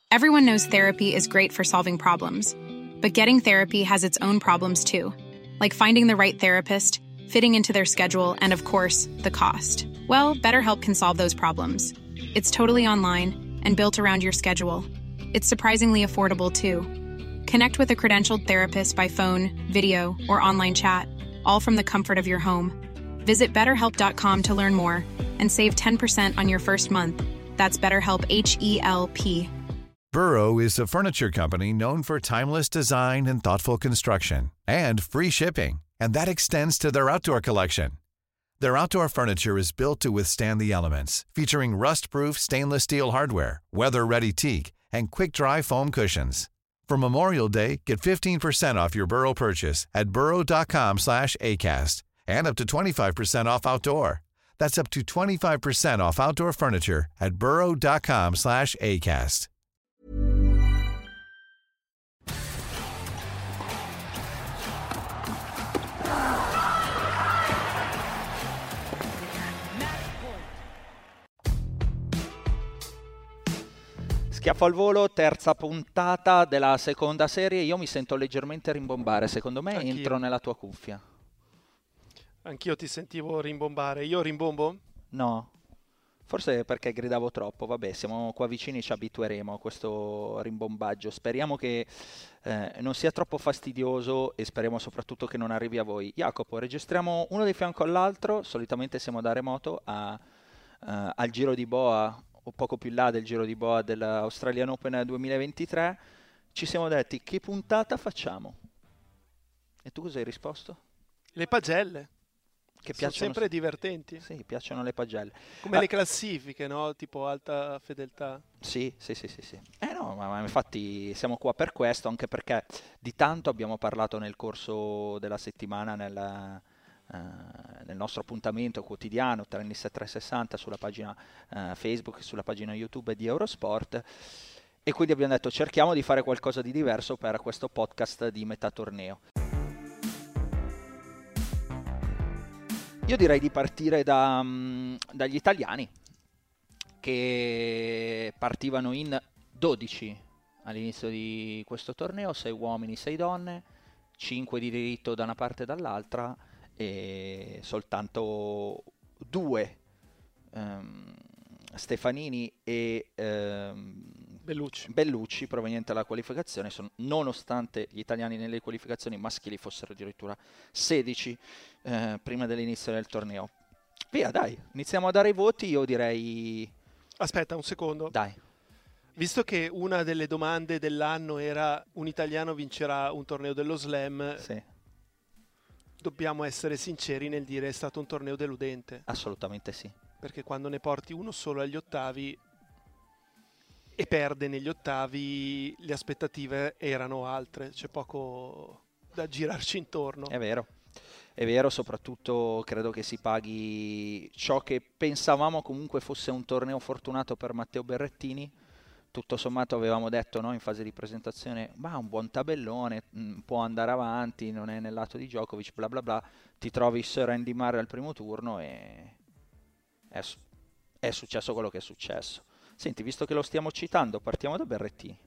Everyone knows therapy is great for solving problems, but getting therapy has its own problems too, like finding the right therapist, fitting into their schedule, and of course, the cost. Well, BetterHelp can solve those problems. It's totally online and built around your schedule. It's surprisingly affordable too. Connect with a credentialed therapist by phone, video, or online chat, all from the comfort of your home. Visit BetterHelp.com to learn more and save 10% on your first month. That's BetterHelp, H-E-L-P. Burrow is a furniture company known for timeless design and thoughtful construction, and free shipping, and that extends to their outdoor collection. Their outdoor furniture is built to withstand the elements, featuring rust-proof stainless steel hardware, weather-ready teak, and quick-dry foam cushions. For Memorial Day, get 15% off your Burrow purchase at burrow.com/ACAST and up to 25% off outdoor. That's up to 25% off outdoor furniture at burrow.com/ACAST. Schiaffo al volo, terza puntata della seconda serie. Io mi sento leggermente rimbombare, secondo me. Anch'io. Entro nella tua cuffia. Anch'io ti sentivo rimbombare. Io rimbombo? No, forse perché gridavo troppo. Vabbè, siamo qua vicini, ci abitueremo a questo rimbombaggio. Speriamo che non sia troppo fastidioso e speriamo soprattutto che non arrivi a voi. Jacopo, registriamo uno di fianco all'altro. Solitamente siamo da remoto al Giro di Boa, o poco più in là del Giro di Boa dell'Australian Open 2023. Ci siamo detti che puntata facciamo? E tu cosa hai risposto? Le pagelle. Che Sono piacciono sempre divertenti. Sì, piacciono le pagelle. Come le classifiche, no? Tipo alta fedeltà. Sì. No, ma infatti siamo qua per questo, anche perché di tanto abbiamo parlato nel corso della settimana nel nostro appuntamento quotidiano Tennis 360 sulla pagina Facebook e sulla pagina YouTube di Eurosport, e quindi abbiamo detto cerchiamo di fare qualcosa di diverso per questo podcast di metà torneo. Io direi di partire dagli italiani, che partivano in 12 all'inizio di questo torneo, 6 uomini, 6 donne, 5 di diritto da una parte e dall'altra, e soltanto 2 Stefanini e Bellucci provenienti dalla qualificazione, nonostante gli italiani nelle qualificazioni maschili fossero addirittura 16 prima dell'inizio del torneo. Via, dai, iniziamo a dare i voti. Io direi... Aspetta un secondo. Dai. Visto che una delle domande dell'anno era un italiano vincerà un torneo dello Slam, Sì. Dobbiamo essere sinceri nel dire è stato un torneo deludente. Assolutamente sì. Perché quando ne porti uno solo agli ottavi e perde negli ottavi, le aspettative erano altre. C'è poco da girarci intorno. È vero, soprattutto credo che si paghi ciò che pensavamo comunque fosse un torneo fortunato per Matteo Berrettini. Tutto sommato avevamo detto, no, in fase di presentazione, ma un buon tabellone, può andare avanti, non è nel lato di Djokovic, bla bla bla. Ti trovi Sir Andy Murray al primo turno e è successo quello che è successo. Senti, visto che lo stiamo citando, partiamo da Berrettini.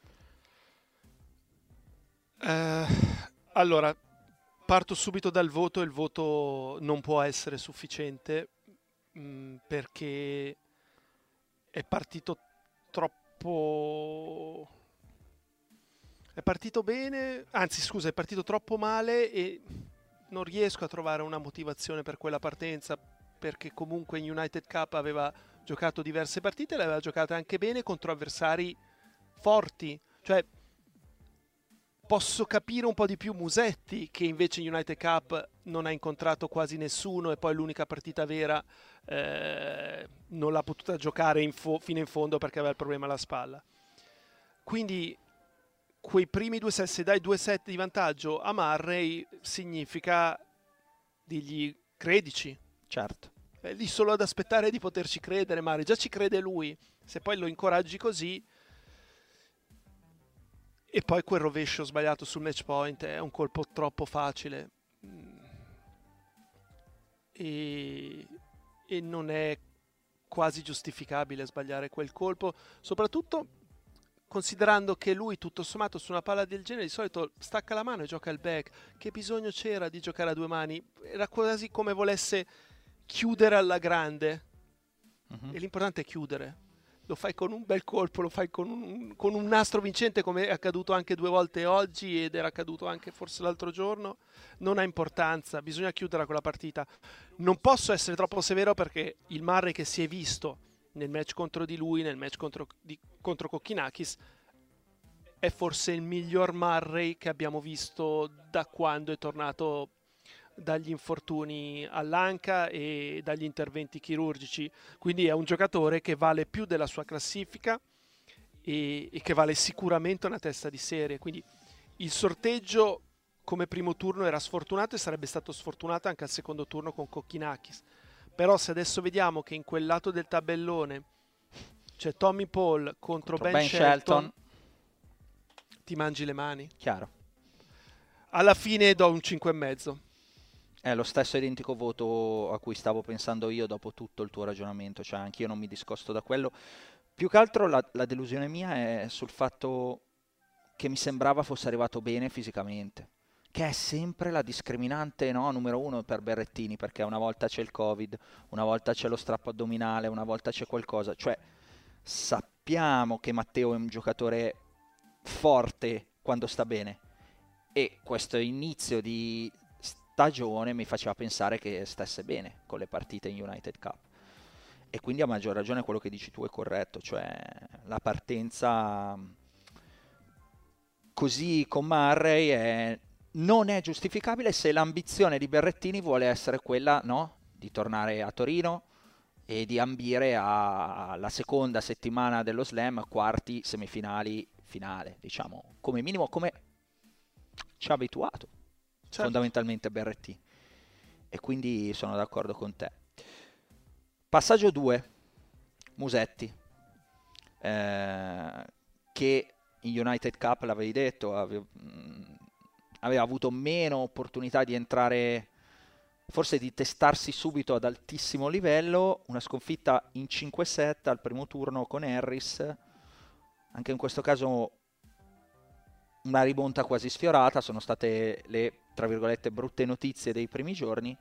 Allora, parto subito dal voto. Il voto non può essere sufficiente perché è partito è partito bene, anzi scusa, è partito troppo male e non riesco a trovare una motivazione per quella partenza, perché comunque in United Cup aveva giocato diverse partite, le aveva giocate anche bene contro avversari forti. Cioè, posso capire un po' di più Musetti, che invece in United Cup non ha incontrato quasi nessuno e poi l'unica partita vera non l'ha potuta giocare fino in fondo perché aveva il problema alla spalla. Quindi quei primi 2 set, se dai 2 set di vantaggio a Murray, significa dirgli credici. Certo. È lì solo ad aspettare di poterci credere. Murray già ci crede lui, se poi lo incoraggi così. E poi quel rovescio sbagliato sul match point è un colpo troppo facile e non è quasi giustificabile sbagliare quel colpo, soprattutto considerando che lui tutto sommato su una palla del genere di solito stacca la mano e gioca il back, che bisogno c'era di giocare a due mani? Era quasi come volesse chiudere alla grande, e l'importante è chiudere. Lo fai con un bel colpo, lo fai con un nastro vincente, come è accaduto anche 2 volte oggi ed era accaduto anche forse l'altro giorno. Non ha importanza, bisogna chiudere quella partita. Non posso essere troppo severo, perché il Murray che si è visto nel match contro di lui, nel match contro Kokkinakis, è forse il miglior Murray che abbiamo visto da quando è tornato dagli infortuni all'anca e dagli interventi chirurgici. Quindi è un giocatore che vale più della sua classifica e che vale sicuramente una testa di serie. Quindi il sorteggio come primo turno era sfortunato e sarebbe stato sfortunato anche al secondo turno con Kokkinakis. Però se adesso vediamo che in quel lato del tabellone c'è Tommy Paul contro Ben Shelton, ti mangi le mani. Chiaro. Alla fine do un 5,5. È lo stesso identico voto a cui stavo pensando io dopo tutto il tuo ragionamento, cioè anch'io non mi discosto da quello. Più che altro la delusione mia è sul fatto che mi sembrava fosse arrivato bene fisicamente, che è sempre la discriminante, no, numero uno per Berrettini, perché una volta c'è il Covid, una volta c'è lo strappo addominale, una volta c'è qualcosa. Cioè sappiamo che Matteo è un giocatore forte quando sta bene, e questo inizio di stagione mi faceva pensare che stesse bene con le partite in United Cup, e quindi a maggior ragione quello che dici tu è corretto, cioè la partenza così con Murray non è giustificabile se l'ambizione di Berrettini vuole essere quella, no, di tornare a Torino e di ambire alla seconda settimana dello Slam, quarti, semifinali, finale, diciamo, come minimo, come ci ha abituato fondamentalmente Berrettini, e quindi sono d'accordo con te. Passaggio 2, Musetti, che in United Cup, l'avevi detto, aveva avuto meno opportunità di entrare, forse di testarsi subito ad altissimo livello. Una sconfitta in 5 set al primo turno con Harris, anche in questo caso una rimonta quasi sfiorata, sono state le, tra virgolette, brutte notizie dei primi giorni.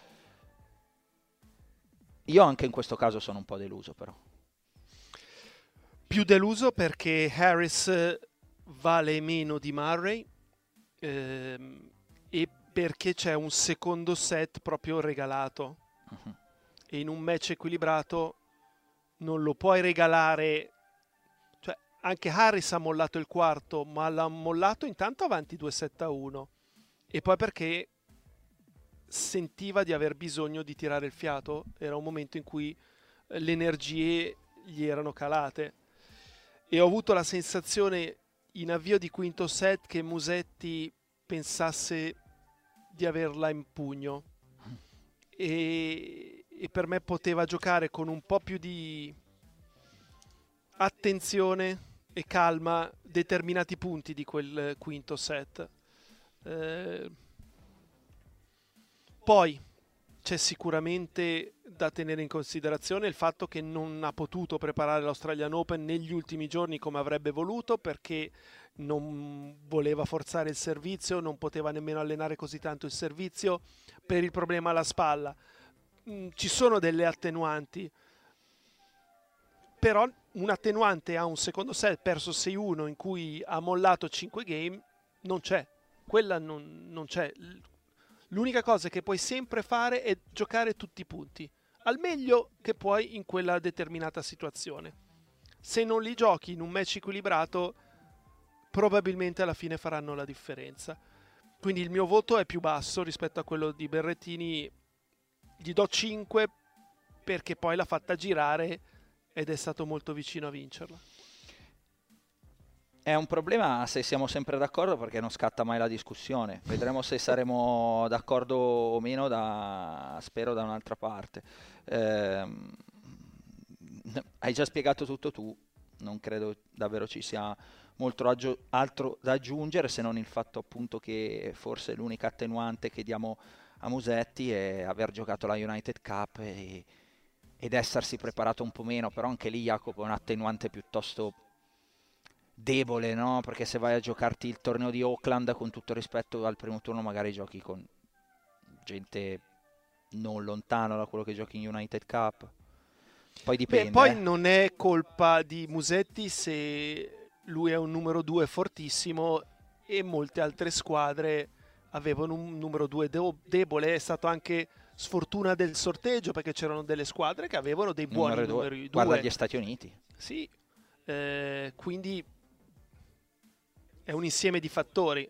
Io anche in questo caso sono un po' deluso, però. Più deluso perché Harris vale meno di Murray, e perché c'è un secondo set proprio regalato. E in un match equilibrato non lo puoi regalare. Cioè, anche Harris ha mollato il quarto, ma l'ha mollato intanto avanti 2-7-1, e poi perché sentiva di aver bisogno di tirare il fiato. Era un momento in cui le energie gli erano calate, e ho avuto la sensazione in avvio di quinto set che Musetti pensasse di averla in pugno, e per me poteva giocare con un po' più di attenzione e calma determinati punti di quel quinto set. Poi c'è sicuramente da tenere in considerazione il fatto che non ha potuto preparare l'Australian Open negli ultimi giorni come avrebbe voluto, perché non voleva forzare il servizio, non poteva nemmeno allenare così tanto il servizio per il problema alla spalla. Ci sono delle attenuanti, però un attenuante a un secondo set perso 6-1 in cui ha mollato 5 game non c'è. Quella non c'è. L'unica cosa che puoi sempre fare è giocare tutti i punti al meglio che puoi in quella determinata situazione. Se non li giochi in un match equilibrato, probabilmente alla fine faranno la differenza. Quindi il mio voto è più basso rispetto a quello di Berrettini. Gli do 5 perché poi l'ha fatta girare ed è stato molto vicino a vincerla. È un problema se siamo sempre d'accordo, perché non scatta mai la discussione. Vedremo se saremo d'accordo o meno, spero da un'altra parte. Hai già spiegato tutto tu, non credo davvero ci sia molto altro da aggiungere, se non il fatto appunto che forse l'unica attenuante che diamo a Musetti è aver giocato la United Cup ed essersi preparato un po' meno, però anche lì, Jacopo, è un attenuante piuttosto debole, no? Perché se vai a giocarti il torneo di Auckland, con tutto rispetto al primo turno, magari giochi con gente non lontano da quello che giochi in United Cup. Poi Beh, dipende, poi non è colpa di Musetti se lui è un numero 2 fortissimo e molte altre squadre avevano un numero 2 debole. È stato anche sfortuna del sorteggio perché c'erano delle squadre che avevano dei buoni Numero 2. numeri Guarda 2. gli Stati Uniti. Sì, quindi è un insieme di fattori.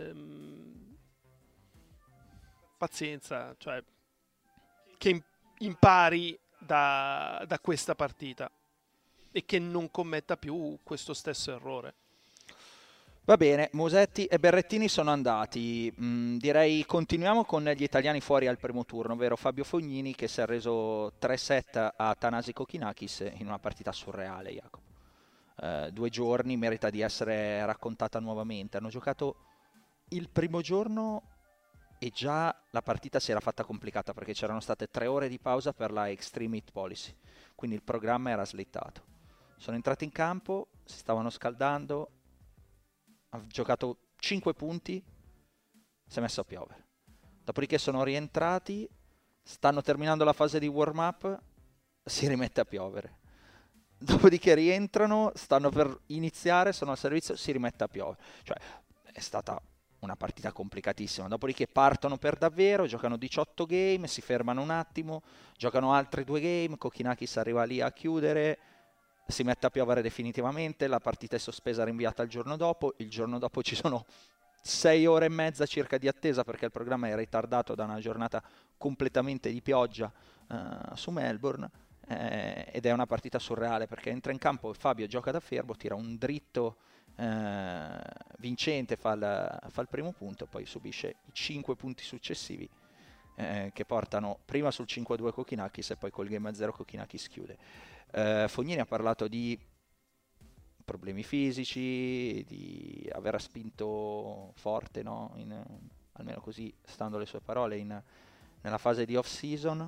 Pazienza, cioè che impari da questa partita e che non commetta più questo stesso errore. Va bene, Musetti e Berrettini sono andati. Direi continuiamo con gli italiani fuori al primo turno, ovvero Fabio Fognini che si è reso 3-7 a Thanasi Kokkinakis in una partita surreale, Jacopo. 2 giorni, merita di essere raccontata nuovamente. Hanno giocato il primo giorno e già la partita si era fatta complicata perché c'erano state 3 ore di pausa per la Extreme Hit Policy, quindi il programma era slittato. Sono entrati in campo, si stavano scaldando, ha giocato 5 punti, si è messo a piovere. Dopodiché sono rientrati, stanno terminando la fase di warm-up, si rimette a piovere. Dopodiché rientrano, stanno per iniziare, sono al servizio, si rimette a piovere. Cioè, è stata una partita complicatissima. Dopodiché partono per davvero, giocano 18 game, si fermano un attimo, giocano altri 2 game, Kokkinakis arriva lì a chiudere, si mette a piovere definitivamente, la partita è sospesa, rinviata al giorno dopo. Il giorno dopo ci sono 6 ore e mezza circa di attesa perché il programma è ritardato da una giornata completamente di pioggia su Melbourne. Ed è una partita surreale perché entra in campo Fabio, gioca da fermo, tira un dritto vincente, fa il primo punto, poi subisce i 5 punti successivi che portano prima sul 5-2 Kokkinakis e poi col game a 0 Kokkinakis chiude. Fognini ha parlato di problemi fisici, di aver spinto forte, no? Almeno così, stando alle sue parole, nella fase di off-season.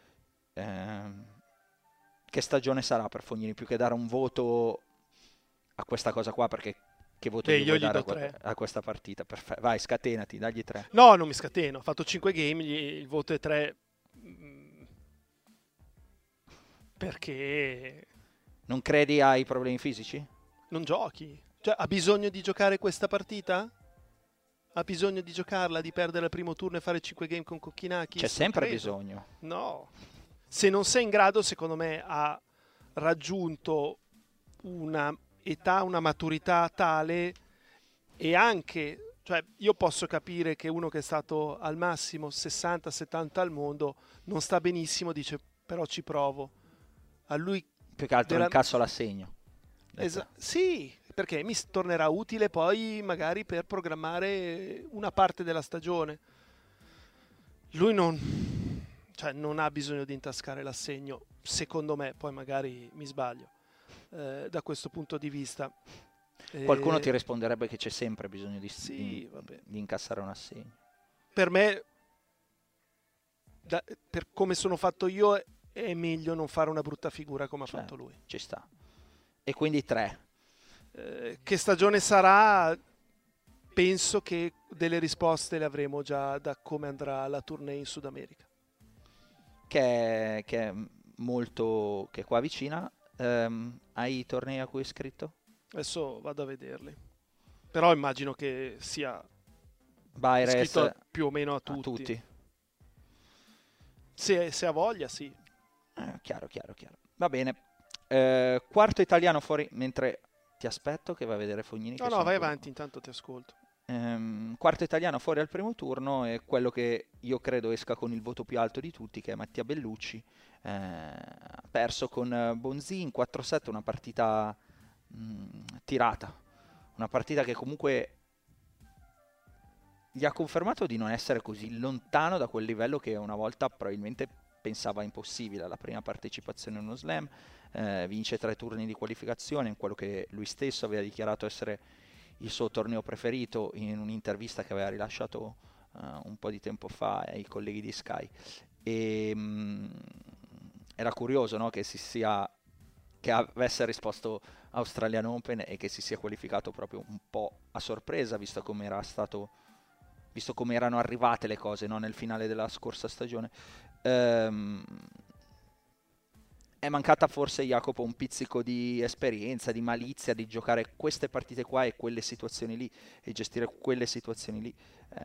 Che stagione sarà per Fognini? Più che dare un voto a questa cosa qua, perché che voto gli vuoi dare a questa partita? Perfetto. Vai, scatenati, dagli 3. No, non mi scateno, ha fatto 5 game, il voto è 3 perché non credi ai problemi fisici? non giochi. Cioè, ha bisogno di giocare questa partita? Ha bisogno di giocarla, di perdere il primo turno e fare 5 game con Kokkinakis? C'è sempre bisogno. No. Se non sei in grado, secondo me, ha raggiunto una età, una maturità tale e anche, cioè io posso capire che uno che è stato al massimo 60-70 al mondo non sta benissimo, dice però ci provo. A lui più che altro incasso l'assegno. Sì, perché mi tornerà utile poi magari per programmare una parte della stagione. Lui non ha bisogno di intascare l'assegno, secondo me, poi magari mi sbaglio da questo punto di vista. Qualcuno ti risponderebbe che c'è sempre bisogno di incassare un assegno. Per me, per come sono fatto io, è meglio non fare una brutta figura come ha fatto lui. Ci sta. E quindi 3. Che stagione sarà? Penso che delle risposte le avremo già da come andrà la tournée in Sud America. Che è molto, che è qua vicina. Hai i tornei a cui è iscritto? Adesso vado a vederli. Però immagino che sia Baires, iscritto più o meno a tutti. Se ha voglia, sì. Chiaro. Va bene. Quarto italiano fuori, mentre ti aspetto che vai a vedere Fognini. No, vai avanti, intanto ti ascolto. Quarto italiano fuori al primo turno è quello che io credo esca con il voto più alto di tutti, che è Mattia Bellucci. Perso con Bonzi in 4-7, una partita tirata, una partita che comunque gli ha confermato di non essere così lontano da quel livello che una volta probabilmente pensava impossibile. La prima partecipazione a uno slam, vince 3 turni di qualificazione in quello che lui stesso aveva dichiarato essere il suo torneo preferito in un'intervista che aveva rilasciato un po' di tempo fa ai colleghi di Sky. E era curioso, no? che che avesse risposto Australian Open e che si sia qualificato proprio un po' a sorpresa, visto come erano arrivate le cose, no? Nel finale della scorsa stagione. È mancata forse, Jacopo, un pizzico di esperienza, di malizia, di giocare queste partite qua e quelle situazioni lì, e gestire quelle situazioni lì.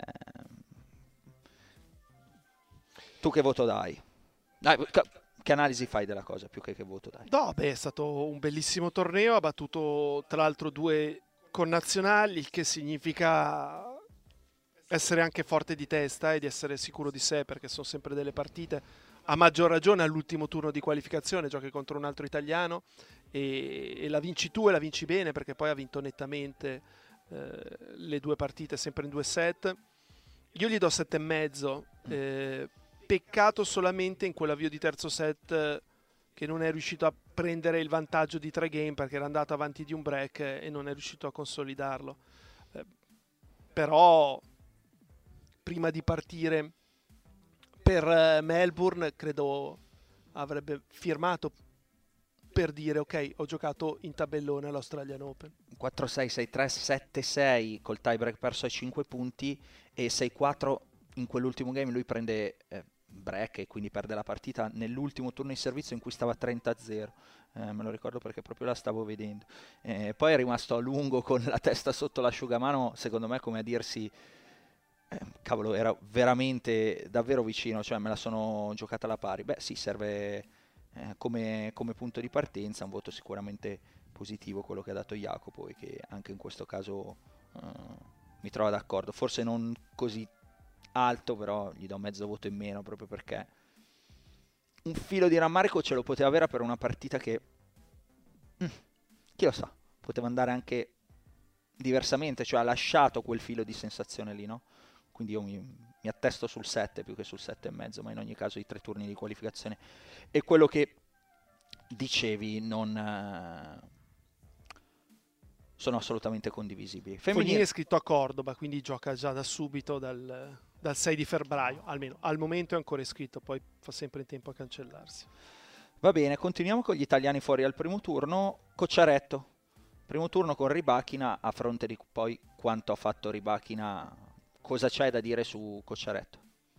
Tu che voto dai? Che analisi fai della cosa, più che voto dai? No, beh, è stato un bellissimo torneo, ha battuto tra l'altro 2 connazionali, il che significa essere anche forte di testa e di essere sicuro di sé, perché sono sempre delle partite, a maggior ragione all'ultimo turno di qualificazione, giochi contro un altro italiano e la vinci tu e la vinci bene, perché poi ha vinto nettamente le 2 partite, sempre in 2 set. Io gli do 7,5, peccato solamente in quell'avvio di terzo set che non è riuscito a prendere il vantaggio di 3 game, perché era andato avanti di un break e non è riuscito a consolidarlo. Però prima di partire per Melbourne credo avrebbe firmato per dire ok, ho giocato in tabellone all'Australian Open. 4-6, 6-3, 7-6 col tiebreak perso ai 5 punti e 6-4 in quell'ultimo game. Lui prende break e quindi perde la partita nell'ultimo turno in servizio in cui stava 30-0. Me lo ricordo perché proprio la stavo vedendo. Poi è rimasto a lungo con la testa sotto l'asciugamano, secondo me come a dirsi cavolo, era veramente davvero vicino, cioè me la sono giocata alla pari. Beh sì, serve come punto di partenza, un voto sicuramente positivo quello che ha dato Jacopo, e che anche in questo caso mi trova d'accordo. Forse non così alto, però gli do mezzo voto in meno, proprio perché un filo di rammarico ce lo poteva avere per una partita che chi lo sa, poteva andare anche diversamente, cioè ha lasciato quel filo di sensazione lì, no? Quindi io mi attesto sul 7 più che sul 7,5, ma in ogni caso i 3 turni di qualificazione e quello che dicevi non sono assolutamente condivisibili. Fognini è scritto a Cordoba, quindi gioca già da subito dal 6 di febbraio, almeno al momento è ancora iscritto, poi fa sempre in tempo a cancellarsi. Va bene, continuiamo con gli italiani fuori al primo turno. Cocciaretto, primo turno con Ribachina, a fronte di poi quanto ha fatto Ribachina. Cosa c'è da dire su Cocciaretto?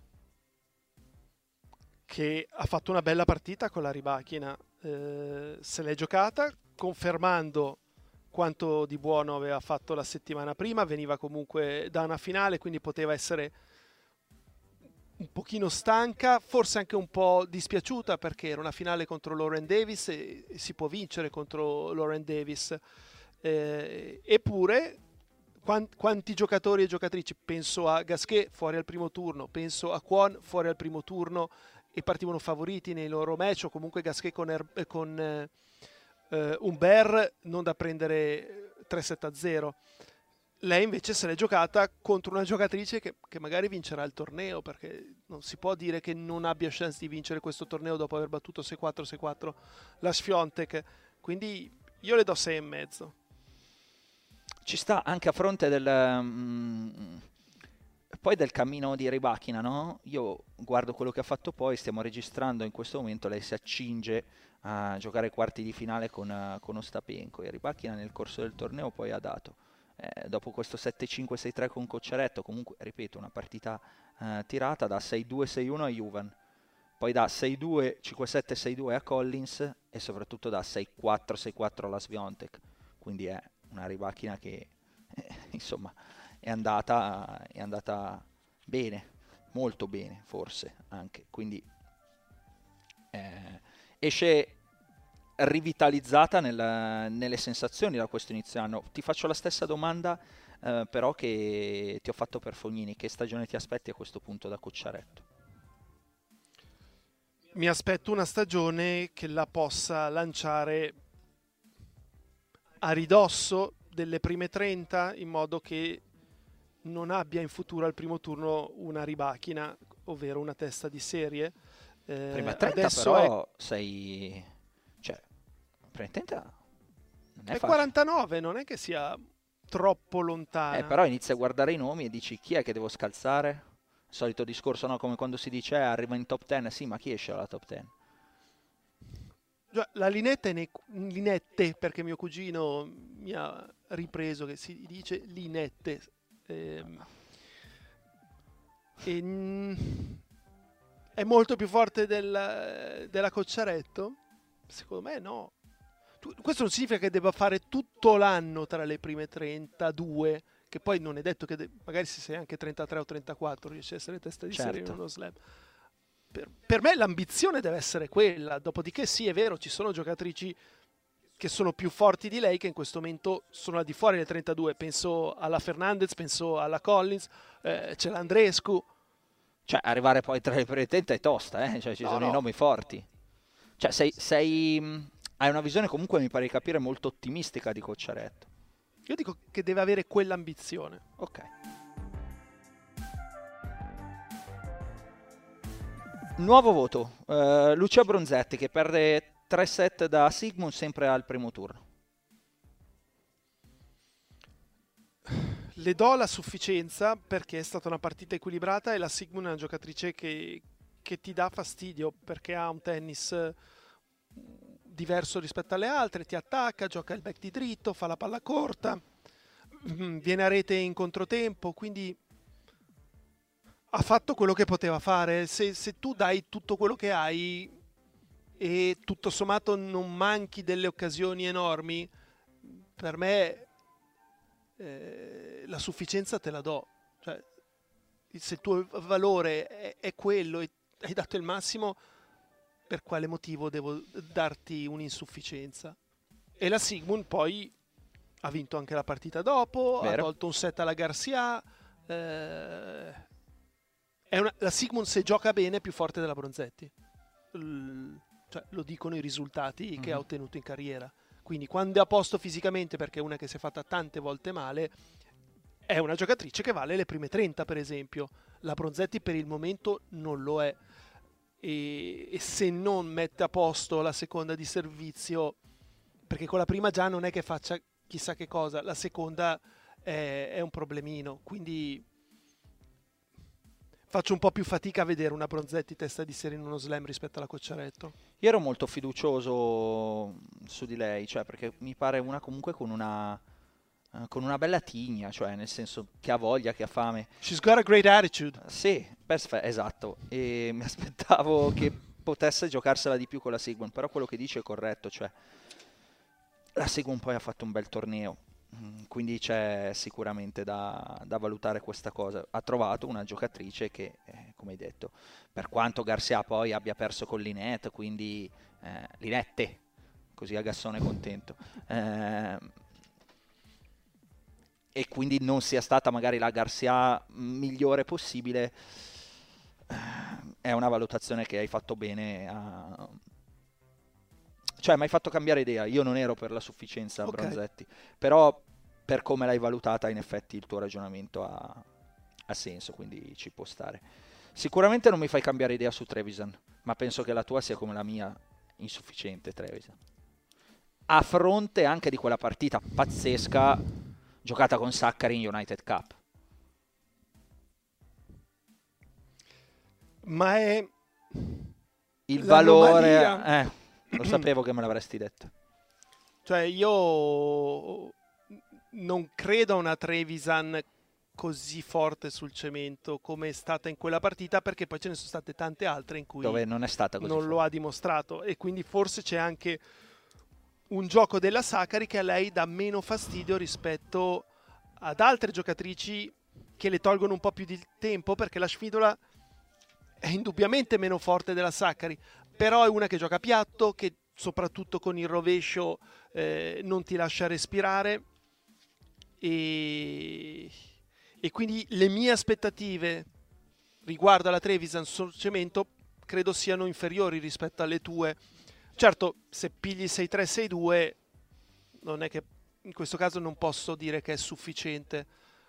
Che ha fatto una bella partita con la Ribachina, se l'è giocata confermando quanto di buono aveva fatto la settimana prima, veniva comunque da una finale, quindi poteva essere un pochino stanca, forse anche un po' dispiaciuta, perché era una finale contro Lauren Davis e si può vincere contro Lauren Davis, eppure quanti giocatori e giocatrici, penso a Gasquet fuori al primo turno, penso a Kwon fuori al primo turno e partivano favoriti nei loro match, o comunque Gasquet con Humbert non da prendere 3-7-0. Lei invece se l'è giocata contro una giocatrice che magari vincerà il torneo, perché non si può dire che non abbia chance di vincere questo torneo dopo aver battuto 6-4, 6-4 la Swiatek. Quindi io le do 6,5. Ci sta anche a fronte poi del cammino di Ribachina, no? Io guardo quello che ha fatto poi, stiamo registrando in questo momento, lei si accinge a giocare i quarti di finale con Ostapenko, e Ribachina nel corso del torneo poi ha dato, dopo questo 7-5, 6-3 con Cocciaretto, comunque ripeto una partita tirata, da 6-2, 6-1 a Juvan, poi da 6-2, 5-7, 6-2 a Collins e soprattutto da 6-4, 6-4 alla Swiatek, quindi è una Ribachina che insomma è andata bene, molto bene forse anche, quindi esce rivitalizzata nelle sensazioni da questo inizio anno. Ti faccio la stessa domanda però che ti ho fatto per Fognini: che stagione ti aspetti a questo punto da Cocciaretto? Mi aspetto una stagione che la possa lanciare a ridosso delle prime 30, in modo che non abbia in futuro al primo turno una Ribachina, ovvero una testa di serie. Prima 30 adesso però sei... cioè, prima 30 non è è facile. 49, non è che sia troppo lontana. Però inizi a guardare i nomi e dici: chi è che devo scalzare? Solito discorso, no? Come quando si dice arriva in top 10, sì, ma chi esce dalla top 10? La linetta è linette, perché mio cugino mi ha ripreso che si dice linette. È molto più forte della Cocciaretto? Secondo me no. Questo non significa che debba fare tutto l'anno tra le prime 32, che poi non è detto che magari se sei anche 33 o 34 riesci a essere testa di serie in uno slam. Per me l'ambizione deve essere quella, dopodiché sì, è vero, ci sono giocatrici che sono più forti di lei che in questo momento sono al di fuori del 32, penso alla Fernandez, penso alla Collins, c'è l'Andreescu. Cioè arrivare poi tra le prime 30 è tosta, cioè ci sono i nomi forti. Cioè hai una visione comunque, mi pare di capire, molto ottimistica di Cocciaretto. Io dico che deve avere quell'ambizione. Ok. Nuovo voto, Lucia Bronzetti che perde 3 set da Sigmund sempre al primo turno. Le do la sufficienza perché è stata una partita equilibrata e la Sigmund è una giocatrice che ti dà fastidio perché ha un tennis diverso rispetto alle altre, ti attacca, gioca il back di dritto, fa la palla corta, viene a rete in controtempo, quindi ha fatto quello che poteva fare. Se tu dai tutto quello che hai e tutto sommato non manchi delle occasioni enormi, per me la sufficienza te la do. Cioè, se il tuo valore è quello e hai dato il massimo, per quale motivo devo darti un'insufficienza? E la Sigmund poi ha vinto anche la partita dopo, ha tolto un set alla Garcia. La Sigmund, se gioca bene, è più forte della Bronzetti. Cioè, lo dicono i risultati che ha ottenuto in carriera. Quindi quando è a posto fisicamente, perché è una che si è fatta tante volte male, è una giocatrice che vale le prime 30, per esempio. La Bronzetti per il momento non lo è. E se non mette a posto la seconda di servizio, perché con la prima già non è che faccia chissà che cosa, la seconda è un problemino, quindi faccio un po' più fatica a vedere una Bronzetti testa di serie in uno slam rispetto alla Cocciaretto. Io ero molto fiducioso su di lei, cioè perché mi pare una comunque con una bella tigna, cioè nel senso che ha voglia, che ha fame. She's got a great attitude. Sì, esatto, e mi aspettavo che potesse giocarsela di più con la Sigmund, però quello che dice è corretto, cioè la Sigmund poi ha fatto un bel torneo, quindi c'è sicuramente da valutare questa cosa. Ha trovato una giocatrice che, come hai detto, per quanto Garcia poi abbia perso con Linette, quindi Linette, così a Gassone contento, e quindi non sia stata magari la Garcia migliore possibile, è una valutazione che hai fatto bene cioè mi hai fatto cambiare idea. Io non ero per la sufficienza Bronzetti, però per come l'hai valutata in effetti il tuo ragionamento ha senso, quindi ci può stare. Sicuramente non mi fai cambiare idea su Trevisan, ma penso che la tua sia come la mia, insufficiente Trevisan, a fronte anche di quella partita pazzesca giocata con Sakkari in United Cup. Ma è il valore, lo sapevo che me l'avresti detto. Cioè io non credo a una Trevisan così forte sul cemento come è stata in quella partita, perché poi ce ne sono state tante altre in cui dove non è stata così non lo ha dimostrato, e quindi forse c'è anche un gioco della Sakkari che a lei dà meno fastidio rispetto ad altre giocatrici che le tolgono un po' più di tempo, perché la Svidola è indubbiamente meno forte della Sakkari, però è una che gioca piatto, che soprattutto con il rovescio non ti lascia respirare, e quindi le mie aspettative riguardo alla Trevisan sul cemento credo siano inferiori rispetto alle tue. Certo, se pigli 6-3-6-2 non è che in questo caso non posso dire che è sufficiente,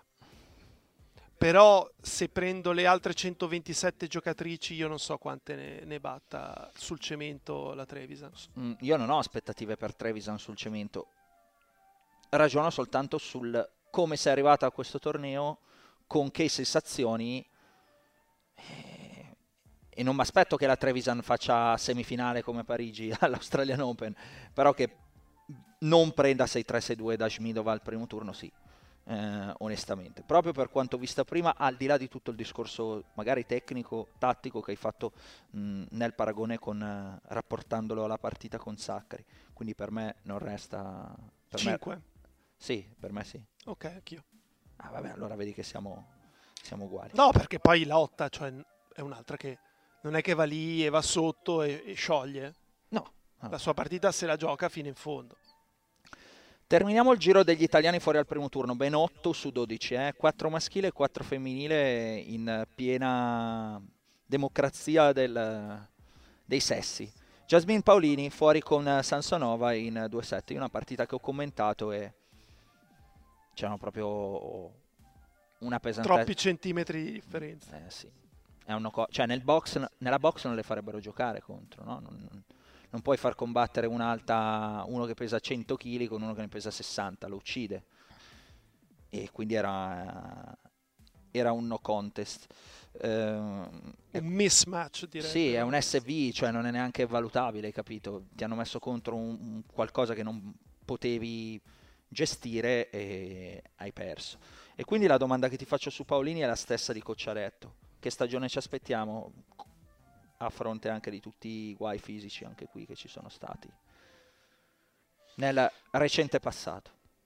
però se prendo le altre 127 giocatrici io non so quante ne batta sul cemento la Trevisan. Io non ho aspettative per Trevisan sul cemento, ragiono soltanto sul come sei arrivata a questo torneo, con che sensazioni e non mi aspetto che la Trevisan faccia semifinale come Parigi all'Australian Open, però che non prenda 6-3, 6-2 da Schmidova al primo turno, sì, onestamente. Proprio per quanto vista prima, al di là di tutto il discorso magari tecnico, tattico che hai fatto nel paragone con rapportandolo alla partita con Saccari. Quindi per me non resta... Per 5? me, sì, per me sì. Ok, anch'io. Ah, vabbè, allora vedi che siamo uguali. No, perché poi la 8, cioè, è un'altra che non è che va lì e va sotto e scioglie. No. La sua partita se la gioca fino in fondo. Terminiamo il giro degli italiani fuori al primo turno, ben 8 su 12, 4 maschile e 4 femminile in piena democrazia dei sessi. Jasmine Paolini fuori con Sansonova in 2-7, una partita che ho commentato e c'erano proprio una pesantezza. Troppi centimetri di differenza. Sì. Cioè nella box non le farebbero giocare contro, no? Non puoi far combattere uno che pesa 100 kg con uno che ne pesa 60, lo uccide. E quindi era un no contest. Un mismatch, direi. Sì, è un SV, cioè non è neanche valutabile, hai capito? Ti hanno messo contro un qualcosa che non potevi gestire e hai perso. E quindi la domanda che ti faccio su Paolini è la stessa di Cocciaretto. Che stagione ci aspettiamo? A fronte anche di tutti i guai fisici anche qui che ci sono stati nel recente passato.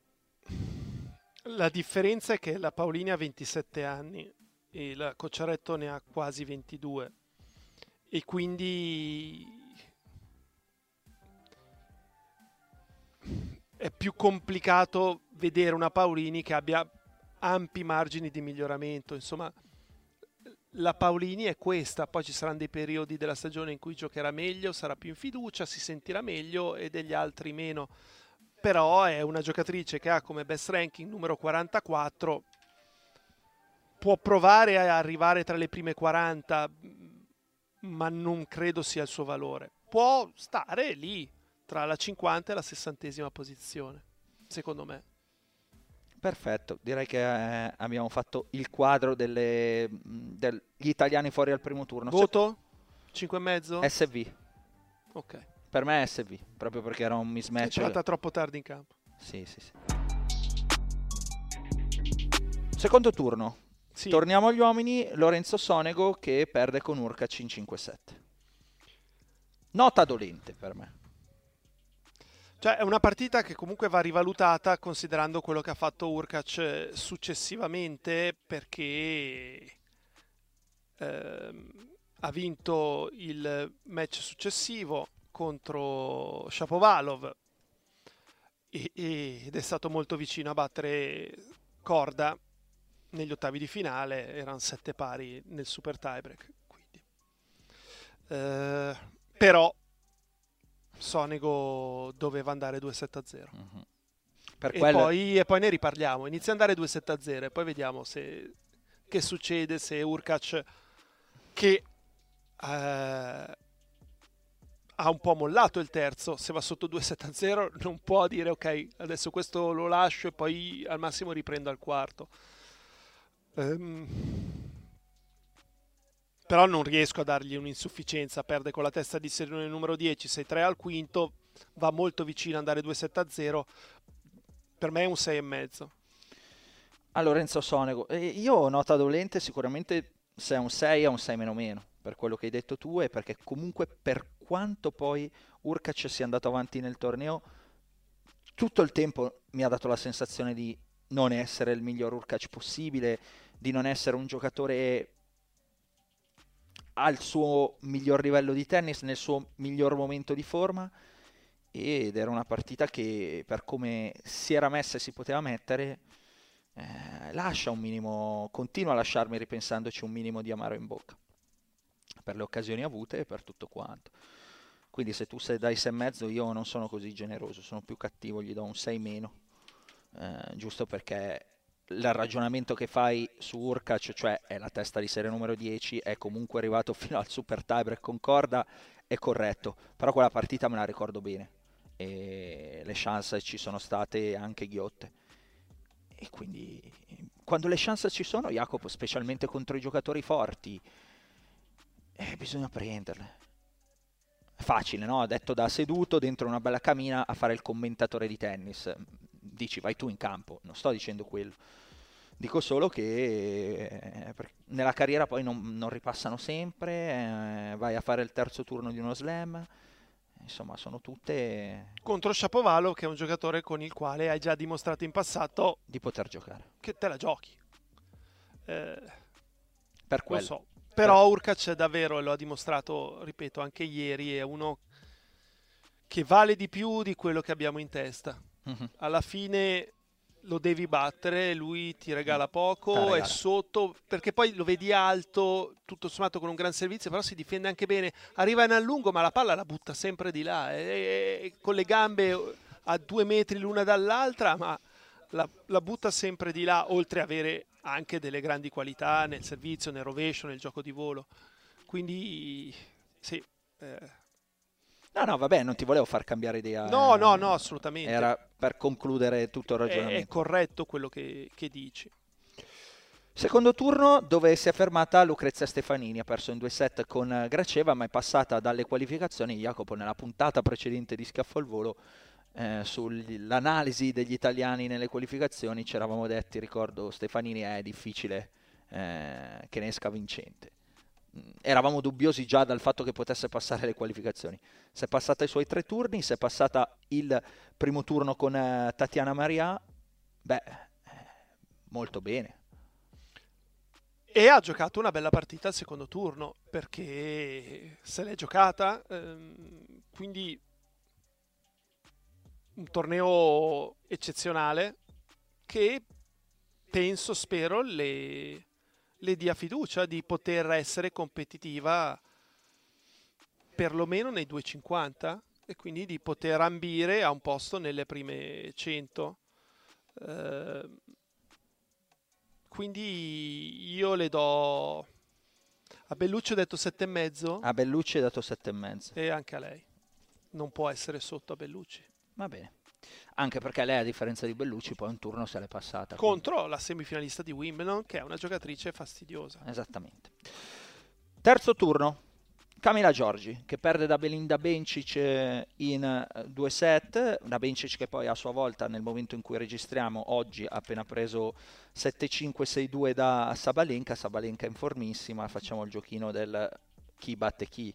La differenza è che la Paolini ha 27 anni e la Cocciaretto ne ha quasi 22 e quindi è più complicato vedere una Paolini che abbia ampi margini di miglioramento. Insomma, la Paolini è questa, poi ci saranno dei periodi della stagione in cui giocherà meglio, sarà più in fiducia, si sentirà meglio e degli altri meno. Però è una giocatrice che ha come best ranking numero 44, può provare a arrivare tra le prime 40, ma non credo sia il suo valore. Può stare lì tra la 50 e la 60esima posizione, secondo me. Perfetto, direi che abbiamo fatto il quadro degli italiani fuori al primo turno. Voto? 5,5? SV. Ok. Per me è SV, proprio perché era un mismatch. È entrata troppo tardi in campo. Sì. Secondo turno. Sì. Torniamo agli uomini, Lorenzo Sonego che perde con Urkac in 5-7. Nota dolente per me. Cioè è una partita che comunque va rivalutata considerando quello che ha fatto Urkac successivamente, perché ha vinto il match successivo contro Shapovalov ed è stato molto vicino a battere Korda negli ottavi di finale, erano 7 pari nel super tiebreak, quindi. Però Sonego doveva andare 2-7-0. E poi ne riparliamo. Inizia ad andare 2-7-0 e poi vediamo che succede se Urkac, che ha un po' mollato il terzo, se va sotto 2-7-0 non può dire ok, adesso questo lo lascio e poi al massimo riprendo al quarto. Però non riesco a dargli un'insufficienza, perde con la testa di serie numero 10, 6-3 al quinto, va molto vicino ad andare 2-7-0, per me è un 6,5. A Lorenzo Sonego, io nota dolente sicuramente se è un 6 è un 6 meno, per quello che hai detto tu e perché comunque per quanto poi Urkac sia andato avanti nel torneo, tutto il tempo mi ha dato la sensazione di non essere il miglior Urkac possibile, di non essere un giocatore al suo miglior livello di tennis, nel suo miglior momento di forma, ed era una partita che per come si era messa e si poteva mettere lascia un minimo, continua a lasciarmi, ripensandoci, un minimo di amaro in bocca per le occasioni avute e per tutto quanto. Quindi se tu dai 6,5 io non sono così generoso, sono più cattivo, gli do un 6 meno, giusto perché il ragionamento che fai su Urkac, cioè è la testa di serie numero 10, è comunque arrivato fino al super tiebreak con Korda, è corretto, però quella partita me la ricordo bene e le chance ci sono state anche ghiotte, e quindi quando le chance ci sono, Jacopo, specialmente contro i giocatori forti, bisogna prenderle. È facile, no? Detto da seduto dentro una bella camina a fare il commentatore di tennis. Dici vai tu in campo, non sto dicendo quello. Dico solo che nella carriera poi non ripassano sempre, vai a fare il terzo turno di uno slam, insomma sono tutte Contro Shapovalov, che è un giocatore con il quale hai già dimostrato in passato di poter giocare. che te la giochi. Per Lo quello. so. Però Hurkacz davvero, lo ha dimostrato, ripeto, anche ieri, è uno che vale di più di quello che abbiamo in testa. Mhm. Alla fine lo devi battere, lui ti regala Te poco, la è regala. sotto, perché poi lo vedi alto, tutto sommato con un gran servizio, però si difende anche bene, arriva in allungo ma la palla la butta sempre di là, con le gambe a 2 metri l'una dall'altra, ma la butta sempre di là, oltre ad avere anche delle grandi qualità nel servizio, nel rovescio, nel gioco di volo. Quindi sì. No, vabbè, non ti volevo far cambiare idea. No, assolutamente. Era per concludere tutto il È ragionamento. corretto quello che dici. Secondo turno dove si è fermata Lucrezia Stefanini, ha perso in 2 set con Graceva, ma è passata dalle qualificazioni. Jacopo nella puntata precedente di Schiaffo al Volo sull'analisi degli italiani nelle qualificazioni ci eravamo detti, ricordo, Stefanini è difficile che ne esca vincente. Eravamo dubbiosi già dal fatto che potesse passare le qualificazioni. Si è passata i suoi 3 turni, si è passata il primo turno con Tatiana Maria, molto bene. E ha giocato una bella partita al secondo turno, perché se l'è giocata, quindi un torneo eccezionale che penso, spero, le dia fiducia di poter essere competitiva perlomeno nei 250 e quindi di poter ambire a un posto nelle prime 100. Quindi io le do a Bellucci, ho detto 7,5 A Bellucci è dato 7,5. e anche a lei non può essere sotto a Bellucci Va bene. Anche perché lei, a differenza di Bellucci, poi un turno se l'è passata. contro la semifinalista di Wimbledon, che è una giocatrice fastidiosa. Esattamente. Terzo turno. Camila Giorgi, che perde da Belinda Bencic in 2 set. Una Bencic che poi a sua volta, nel momento in cui registriamo, oggi ha appena preso 7-5-6-2 da Sabalenka. Sabalenka in formissima. Facciamo il giochino del chi batte chi.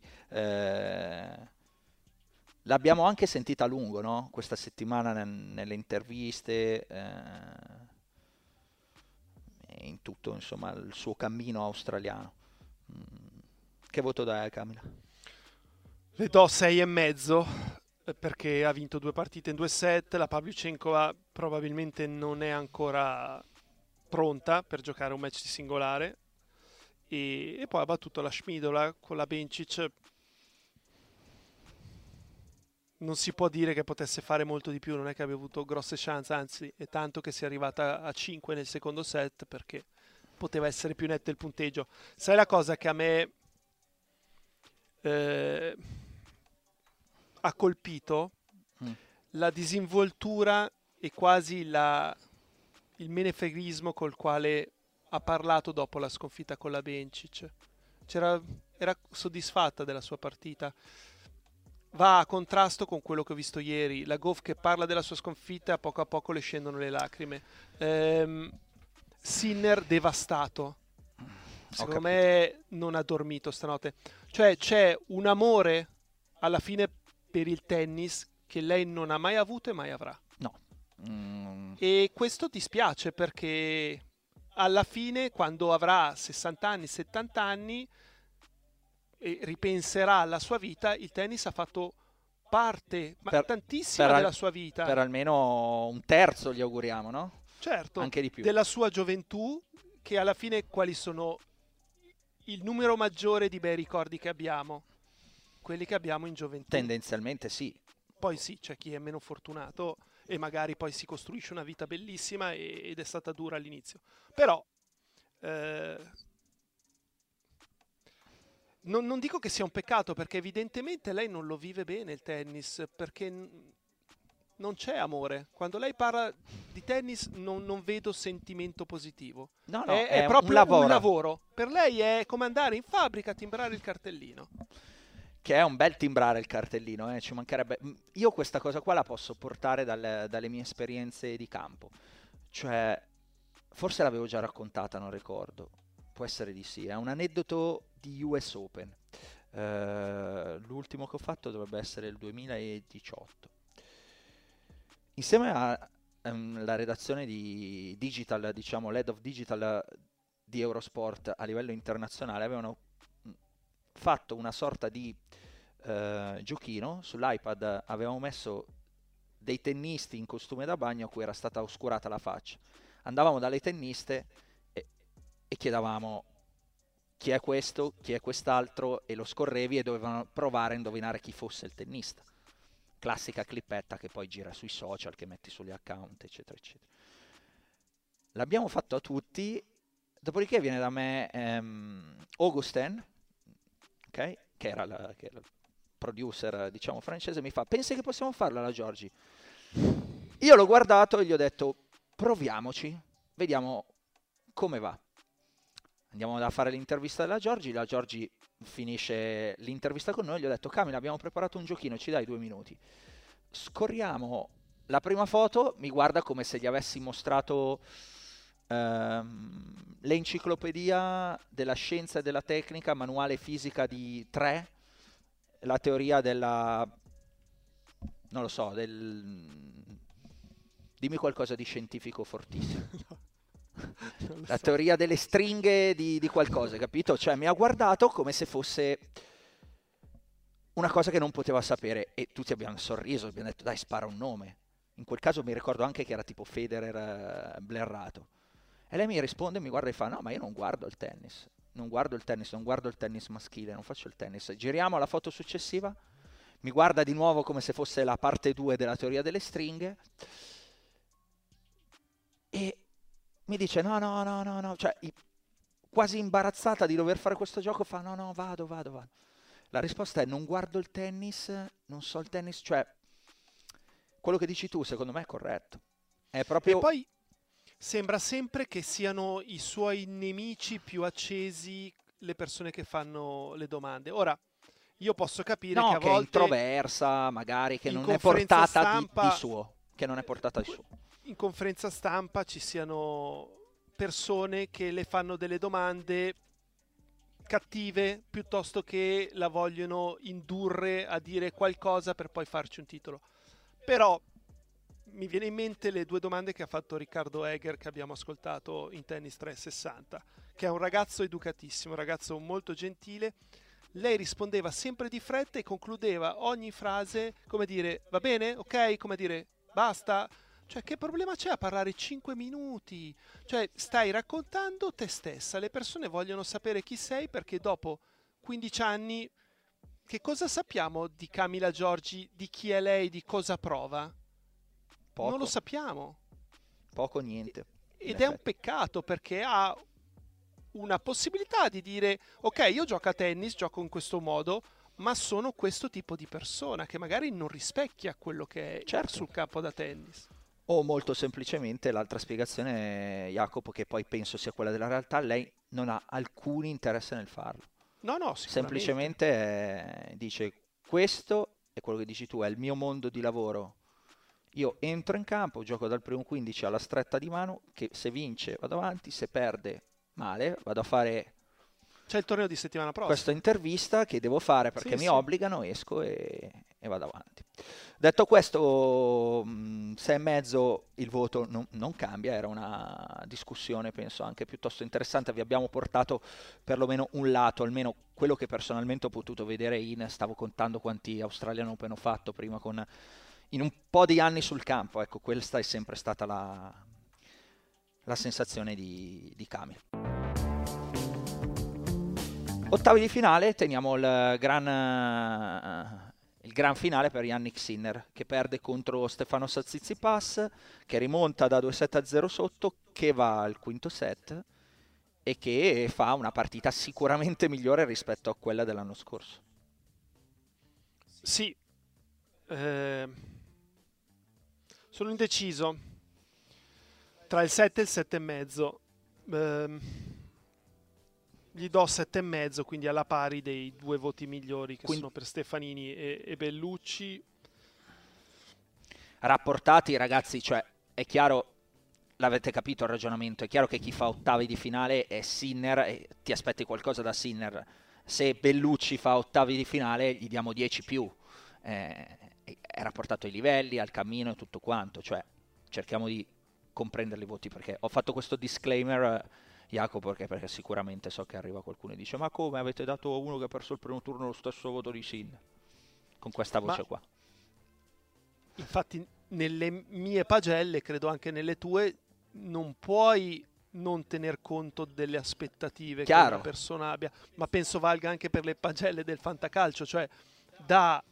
L'abbiamo anche sentita a lungo, no? Questa settimana nelle interviste, e in tutto, insomma, il suo cammino australiano. Che voto dai, Camila? Le do 6,5 perché ha vinto 2 partite in 2 set. La Pavlyuchenkova probabilmente non è ancora pronta per giocare un match di singolare e poi ha battuto la Schmidola con la Bencic. Non si può dire che potesse fare molto di più, non è che abbia avuto grosse chance, anzi è tanto che sia arrivata a 5 nel secondo set perché poteva essere più netto il punteggio. Sai la cosa che a me ha colpito? La disinvoltura e quasi il menefreghismo col quale ha parlato dopo la sconfitta con la Bencic. Era soddisfatta della sua partita. Va a contrasto con quello che ho visto ieri. La Gauff che parla della sua sconfitta, a poco le scendono le lacrime. Sinner devastato. Secondo me non ha dormito stanotte. Cioè c'è un amore alla fine per il tennis che lei non ha mai avuto e mai avrà. No. E questo dispiace perché alla fine, quando avrà 60 anni, 70 anni e ripenserà alla sua vita, il tennis ha fatto parte, tantissima della sua vita. Per almeno un terzo, gli auguriamo, no? Certo, anche di più. Della sua gioventù, che alla fine quali sono il numero maggiore di bei ricordi che abbiamo? Quelli che abbiamo in gioventù. Tendenzialmente sì. Poi sì, c'è chi è meno fortunato e magari poi si costruisce una vita bellissima ed è stata dura all'inizio. Però non dico che sia un peccato, perché evidentemente lei non lo vive bene il tennis, perché non c'è amore. Quando lei parla di tennis non vedo sentimento positivo. No, è proprio un lavoro. Per lei è come andare in fabbrica a timbrare il cartellino. Che è un bel timbrare il cartellino, ci mancherebbe. Io questa cosa qua la posso portare dalle mie esperienze di campo. Cioè, forse l'avevo già raccontata, non ricordo. Può essere di sì. È un aneddoto di US Open. L'ultimo che ho fatto dovrebbe essere il 2018. Insieme alla redazione di Digital, diciamo, l'Head of Digital di Eurosport a livello internazionale, avevano fatto una sorta di giochino. Sull'iPad avevamo messo dei tennisti in costume da bagno a cui era stata oscurata la faccia. Andavamo dalle tenniste e chiedevamo chi è questo, chi è quest'altro, e lo scorrevi e dovevano provare a indovinare chi fosse il tennista. Classica clippetta che poi gira sui social, che metti sugli account, eccetera, eccetera. L'abbiamo fatto a tutti, dopodiché viene da me Augustin, okay, che era il producer, diciamo, francese, mi fa: pensi che possiamo farlo alla Giorgi? Io l'ho guardato e gli ho detto: proviamoci, vediamo come va. Andiamo a fare l'intervista della Giorgi, la Giorgi finisce l'intervista con noi, gli ho detto: Camila, abbiamo preparato un giochino, ci dai 2 minuti? Scorriamo la prima foto, mi guarda come se gli avessi mostrato l'enciclopedia della scienza e della tecnica, manuale fisica di 3, la teoria della... non lo so, dimmi qualcosa di scientifico fortissimo. La teoria delle stringhe di qualcosa, capito? Cioè mi ha guardato come se fosse una cosa che non poteva sapere, e tutti abbiamo sorriso, abbiamo detto: dai, spara un nome. In quel caso mi ricordo anche che era tipo Federer blerrato. E lei mi risponde, mi guarda e fa: no, ma io non guardo il tennis, non guardo il tennis maschile, non faccio il tennis. Giriamo alla foto successiva, mi guarda di nuovo come se fosse la parte 2 della teoria delle stringhe e mi dice no, cioè quasi imbarazzata di dover fare questo gioco, fa: no, vado. La risposta è: non guardo il tennis, non so il tennis. Cioè, quello che dici tu secondo me è corretto. È proprio... E poi sembra sempre che siano i suoi nemici più accesi le persone che fanno le domande. Ora, io posso capire che a che volte... è introversa, magari, che in non è portata stampa, di suo. Che non è portata di suo. In conferenza stampa ci siano persone che le fanno delle domande cattive piuttosto che la vogliono indurre a dire qualcosa per poi farci un titolo. Però mi viene in mente le 2 domande che ha fatto Riccardo Egger, che abbiamo ascoltato in Tennis 360, che è un ragazzo educatissimo, un ragazzo molto gentile. Lei rispondeva sempre di fretta e concludeva ogni frase come dire: va bene, ok, come dire basta. Cioè, che problema c'è a parlare 5 minuti? Cioè, stai raccontando te stessa. Le persone vogliono sapere chi sei, perché dopo 15 anni che cosa sappiamo di Camila Giorgi, di chi è lei, di cosa prova? Poco. Non lo sappiamo. Poco, niente. Ed è un peccato, perché ha una possibilità di dire: ok, io gioco a tennis, gioco in questo modo, ma sono questo tipo di persona, che magari non rispecchia quello che è sul campo da tennis. O molto semplicemente l'altra spiegazione, Jacopo, che poi penso sia quella della realtà: lei non ha alcun interesse nel farlo. No, semplicemente dice: questo è quello che dici tu, è il mio mondo di lavoro. Io entro in campo, gioco dal primo 15 alla stretta di mano, che se vince vado avanti, se perde male, vado a fare... C'è il torneo di settimana prossima. Questa intervista che devo fare perché mi obbligano, esco e vado avanti. Detto questo, 6,5, il voto non cambia, era una discussione penso anche piuttosto interessante. Vi abbiamo portato perlomeno un lato, almeno quello che personalmente ho potuto vedere stavo contando quanti Australian Open ho fatto prima in un po' di anni sul campo. Ecco, questa è sempre stata la sensazione di Camila. Ottavi di finale, teniamo il gran finale per Jannik Sinner, che perde contro Stefanos Tsitsipas, che rimonta da 2-7-0 sotto, che va al quinto set e che fa una partita sicuramente migliore rispetto a quella dell'anno scorso. Sì, Sono indeciso tra il 7 e il 7,5. Gli do 7,5, quindi alla pari dei due voti migliori che sono per Stefanini e Bellucci. Rapportati, ragazzi, cioè è chiaro, l'avete capito il ragionamento, è chiaro che chi fa ottavi di finale è Sinner e ti aspetti qualcosa da Sinner. Se Bellucci fa ottavi di finale gli diamo 10 più, è rapportato ai livelli, al cammino e tutto quanto, cioè cerchiamo di comprendere i voti, perché ho fatto questo disclaimer, Jacopo, perché sicuramente so che arriva qualcuno e dice ma come avete dato a uno che ha perso il primo turno lo stesso voto di Sinner? Con questa voce qua. Infatti nelle mie pagelle, credo anche nelle tue, non puoi non tener conto delle aspettative che una persona abbia, ma penso valga anche per le pagelle del fantacalcio, cioè da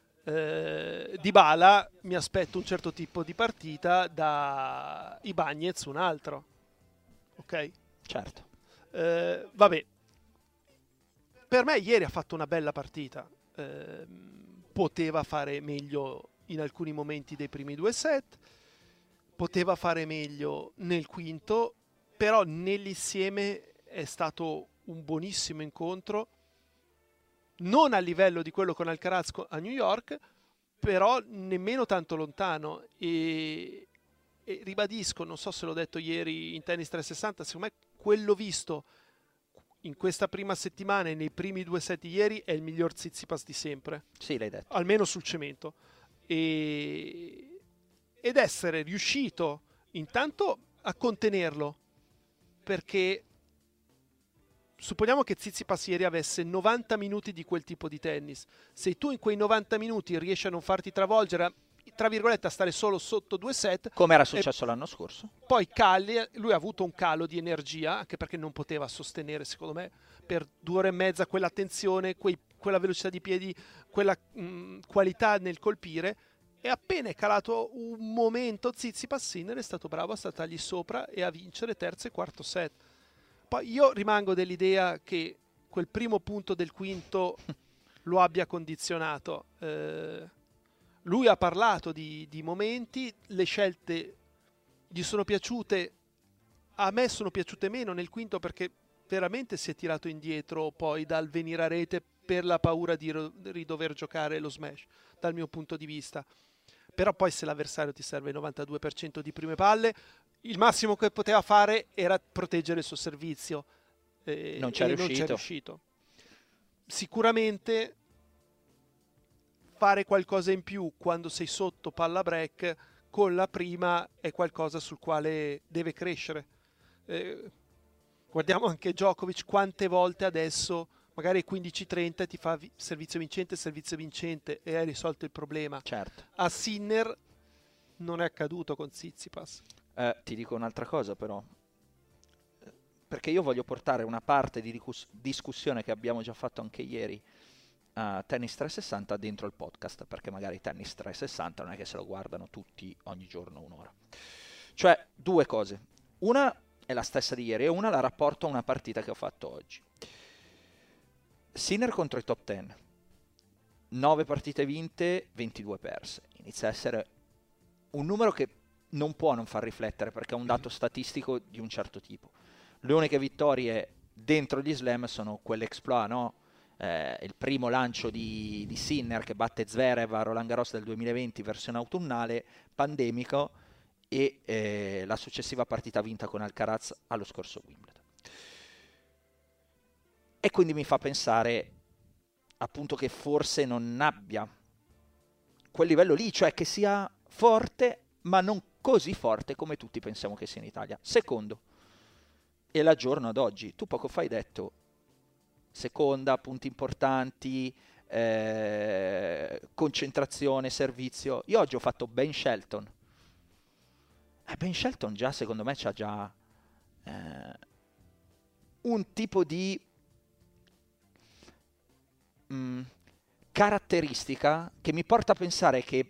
Dybala mi aspetto un certo tipo di partita, da Ibañez un altro, ok? Certo. Vabbè, per me ieri ha fatto una bella partita, poteva fare meglio in alcuni momenti dei primi due set, poteva fare meglio nel quinto, però nell'insieme è stato un buonissimo incontro, non a livello di quello con Alcaraz a New York, però nemmeno tanto lontano, e ribadisco, non so se l'ho detto ieri in Tennis 360, secondo me quello visto in questa prima settimana e nei primi due set di ieri è il miglior Tsitsipas di sempre. Sì, l'hai detto. Almeno sul cemento. Ed essere riuscito intanto a contenerlo, perché supponiamo che Tsitsipas ieri avesse 90 minuti di quel tipo di tennis, se tu in quei 90 minuti riesci a non farti travolgere, tra virgolette a stare solo sotto due set, come era successo l'anno scorso, poi lui ha avuto un calo di energia, anche perché non poteva sostenere, secondo me, per 2 ore e mezza quella tensione, quella velocità di piedi, quella qualità nel colpire, e appena è calato un momento Tsitsipas, Sinner è stato bravo a stargli sopra e a vincere terzo e quarto set. Poi io rimango dell'idea che quel primo punto del quinto lo abbia condizionato. Lui ha parlato di momenti, le scelte gli sono piaciute, a me sono piaciute meno nel quinto, perché veramente si è tirato indietro poi dal venire a rete per la paura di dover giocare lo smash, dal mio punto di vista. Però poi se l'avversario ti serve il 92% di prime palle, il massimo che poteva fare era proteggere il suo servizio, non c'è riuscito. Sicuramente fare qualcosa in più quando sei sotto palla break con la prima è qualcosa sul quale deve crescere. Guardiamo anche Djokovic, quante volte adesso magari 15-30 ti fa servizio vincente e hai risolto il problema. Certo. A Sinner non è accaduto con Tsitsipas. Ti dico un'altra cosa però, perché io voglio portare una parte di discussione che abbiamo già fatto anche ieri a Tennis 360 dentro il podcast, perché magari Tennis 360 non è che se lo guardano tutti ogni giorno un'ora. Cioè, due cose. Una è la stessa di ieri e una la rapporto a una partita che ho fatto oggi. Sinner contro i top 10. 9 partite vinte, 22 perse. Inizia a essere un numero che non può non far riflettere, perché è un dato statistico di un certo tipo. Le uniche vittorie dentro gli slam sono quell'exploit, no? Il primo lancio di Sinner che batte Zverev a Roland Garros del 2020, versione autunnale, pandemico, e la successiva partita vinta con Alcaraz allo scorso Wimbledon. E quindi mi fa pensare appunto che forse non abbia quel livello lì, cioè che sia forte ma non così forte come tutti pensiamo che sia in Italia. Secondo, e l'aggiorno ad oggi, tu poco fa hai detto seconda, punti importanti, concentrazione, servizio. Io oggi ho fatto Ben Shelton. Ben Shelton già, secondo me, c'ha già un tipo di caratteristica che mi porta a pensare che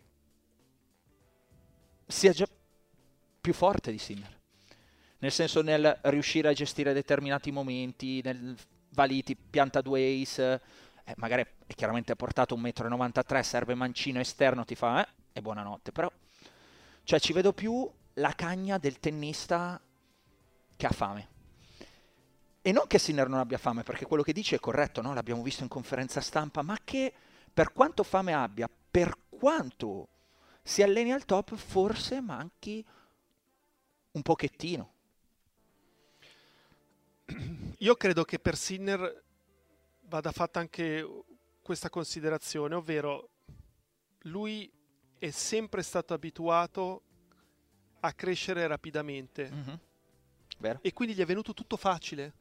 sia già più forte di Sinner. Nel senso, nel riuscire a gestire determinati momenti, nel valiti, pianta due ace, magari è chiaramente portato 1,93 m, serve mancino esterno, ti fa e buonanotte, però Cioè ci vedo più la cagna del tennista che ha fame. E non che Sinner non abbia fame, perché quello che dice è corretto, no? L'abbiamo visto in conferenza stampa, ma che per quanto fame abbia, per quanto si alleni al top, forse manchi un pochettino. Io credo che per Sinner vada fatta anche questa considerazione, ovvero lui è sempre stato abituato a crescere rapidamente, Vero? e quindi gli è venuto tutto facile.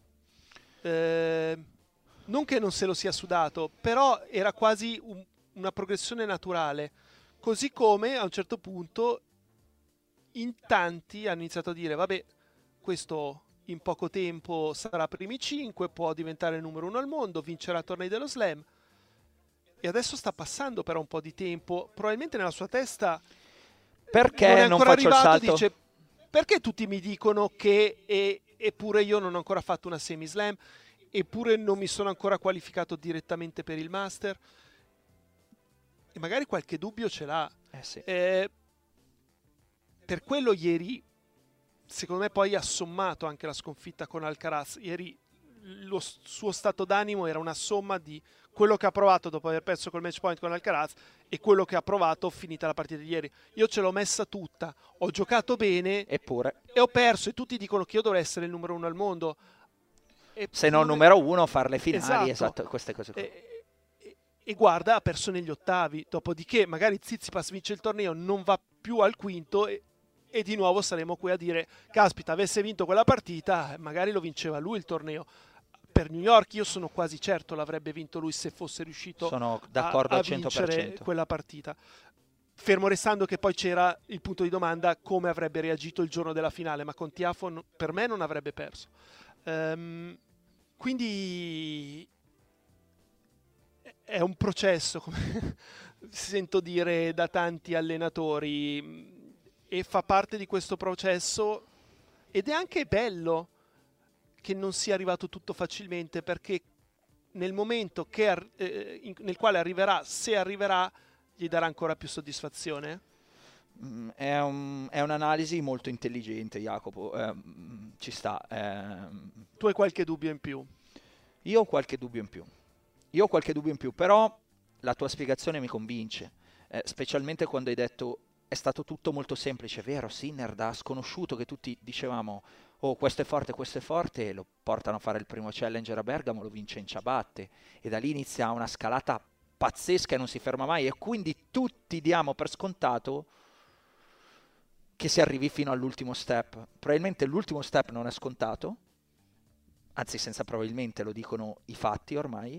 Non che non se lo sia sudato, però era quasi una progressione naturale, così come a un certo punto in tanti hanno iniziato a dire vabbè, questo in poco tempo sarà primi 5, può diventare il numero 1 al mondo, vincerà tornei dello Slam, e adesso sta passando però un po' di tempo, probabilmente nella sua testa Perché non è non ancora faccio il arrivato, salto? dice perché tutti mi dicono che eppure io non ho ancora fatto una semi-slam, eppure non mi sono ancora qualificato direttamente per il Master, e magari qualche dubbio ce l'ha. Sì. Per quello ieri, secondo me, poi ha sommato anche la sconfitta con Alcaraz. Ieri lo suo stato d'animo era una somma di quello che ha provato dopo aver perso col match point con Alcaraz e quello che ha provato finita la partita di ieri. Io ce l'ho messa tutta, ho giocato bene, Eppure, e ho perso, e tutti dicono che io dovrei essere il numero 1 al mondo. se non numero 1, fare le finali, Esatto. queste cose qua. E guarda, ha perso negli ottavi, dopodiché magari Tsitsipas vince il torneo, non va più al quinto, e di nuovo saremo qui a dire caspita, avesse vinto quella partita magari lo vinceva lui il torneo. Per New York io sono quasi certo l'avrebbe vinto lui se fosse riuscito Sono d'accordo a al vincere 100%. quella partita. Fermo restando che poi c'era il punto di domanda come avrebbe reagito il giorno della finale, ma con Tiafoe per me non avrebbe perso. Quindi è un processo, come sento dire da tanti allenatori, e fa parte di questo processo, ed è anche bello che non sia arrivato tutto facilmente, perché nel momento nel quale arriverà, se arriverà, gli darà ancora più soddisfazione. È un'analisi molto intelligente, Jacopo. Ci sta. Tu hai qualche dubbio in più? Io ho qualche dubbio in più, però la tua spiegazione mi convince, specialmente quando hai detto è stato tutto molto semplice, vero? Sinner da sconosciuto, che tutti dicevamo oh questo è forte, lo portano a fare il primo challenger a Bergamo, lo vince in ciabatte, e da lì inizia una scalata pazzesca e non si ferma mai, e quindi tutti diamo per scontato che si arrivi fino all'ultimo step. Probabilmente l'ultimo step non è scontato, anzi senza probabilmente, lo dicono i fatti ormai,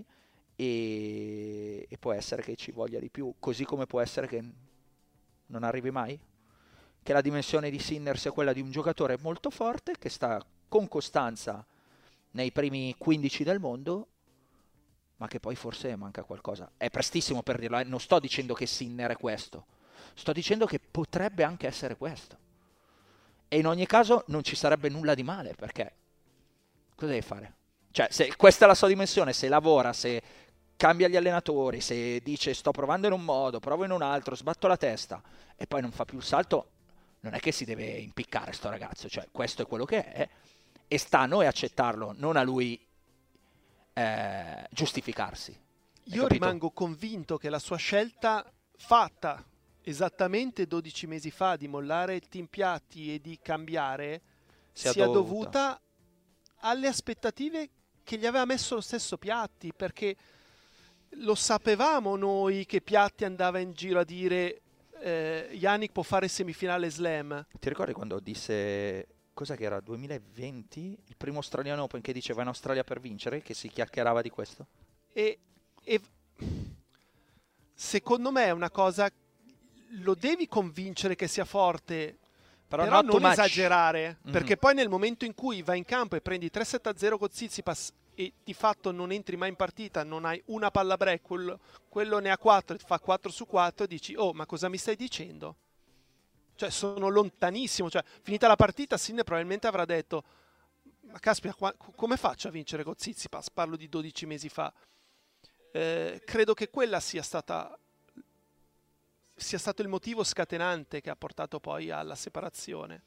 e può essere che ci voglia di più, così come può essere che non arrivi mai, che la dimensione di Sinner sia quella di un giocatore molto forte che sta con costanza nei primi 15 del mondo, ma che poi forse manca qualcosa. È prestissimo per dirlo, non sto dicendo che Sinner è questo, sto dicendo che potrebbe anche essere questo, e in ogni caso non ci sarebbe nulla di male, perché cosa deve fare? Cioè, se questa è la sua dimensione, se lavora, se cambia gli allenatori, se dice sto provando in un modo, provo in un altro, sbatto la testa e poi non fa più il salto, non è che si deve impiccare sto ragazzo, cioè questo è quello che è, e sta a noi accettarlo, non a lui giustificarsi. Io rimango convinto che la sua scelta fatta esattamente 12 mesi fa di mollare il team Piatti e di cambiare sia dovuta alle aspettative che gli aveva messo lo stesso Piatti, perché lo sapevamo noi che Piatti andava in giro a dire Jannik può fare semifinale slam. Ti ricordi quando disse, cos'è che era, 2020? Il primo Australian Open, che diceva in Australia per vincere, che si chiacchierava di questo? E secondo me è una cosa, lo devi convincere che sia forte, però non esagerare, perché poi nel momento in cui vai in campo e prendi 3-7-0 con Tsitsipas e di fatto non entri mai in partita, non hai una palla break, quello ne ha 4 e fa 4 su 4, e dici oh, ma cosa mi stai dicendo? Cioè sono lontanissimo, cioè finita la partita Sinner probabilmente avrà detto ma caspita, come faccio a vincere con Tsitsipas? Parlo di 12 mesi fa. Credo che quella sia stata sia stato il motivo scatenante che ha portato poi alla separazione.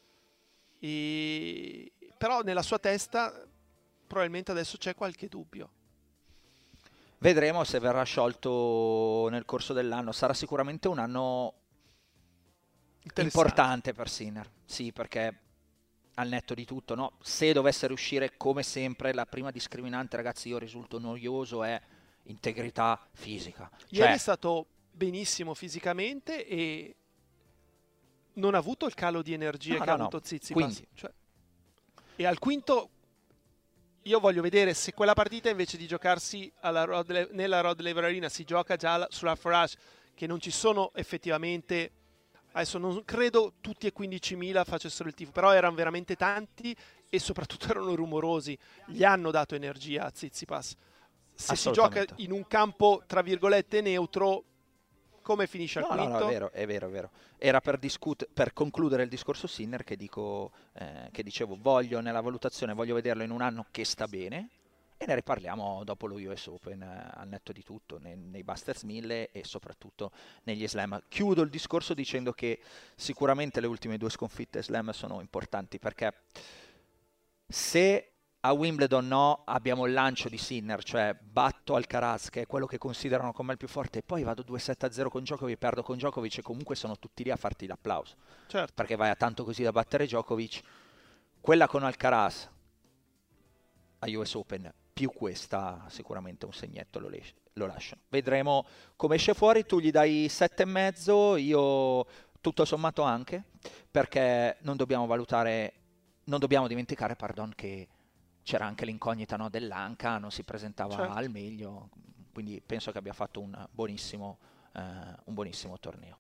Però nella sua testa probabilmente adesso c'è qualche dubbio. Vedremo se verrà sciolto nel corso dell'anno. Sarà sicuramente un anno importante per Sinner. Sì, perché al netto di tutto, no? Se dovesse riuscire, come sempre, la prima discriminante, ragazzi, io risulto noioso, è integrità fisica. Ieri è stato benissimo fisicamente e non ha avuto il calo di energia che ha avuto Tsitsipas. E al quinto io voglio vedere se quella partita, invece di giocarsi nella Rod Laver Arena, si gioca già sulla Farage, che non ci sono effettivamente, adesso non credo tutti e 15.000 facessero il tifo, però erano veramente tanti e soprattutto erano rumorosi, gli hanno dato energia a Tsitsipas. Se si gioca in un campo tra virgolette neutro, come finisce al quinto? No, è vero. Era per concludere il discorso Sinner che dicevo, nella valutazione voglio vederlo in un anno che sta bene, e ne riparliamo dopo lo US Open, al netto di tutto, nei Masters 1000 e soprattutto negli Slam. Chiudo il discorso dicendo che sicuramente le ultime 2 sconfitte Slam sono importanti, perché se a Wimbledon abbiamo il lancio di Sinner, cioè batto Alcaraz, che è quello che considerano come il più forte, e poi vado 2-7-0 con Djokovic, perdo con Djokovic, e comunque sono tutti lì a farti l'applauso. Certo. Perché vai a tanto così da battere Djokovic. Quella con Alcaraz a US Open, più questa, sicuramente un segnetto lo lasciano. Vedremo come esce fuori. Tu gli dai 7,5, io tutto sommato anche, perché non dobbiamo dimenticare, che c'era anche l'incognita, no, dell'Anca, non si presentava al meglio, quindi penso che abbia fatto un buonissimo torneo.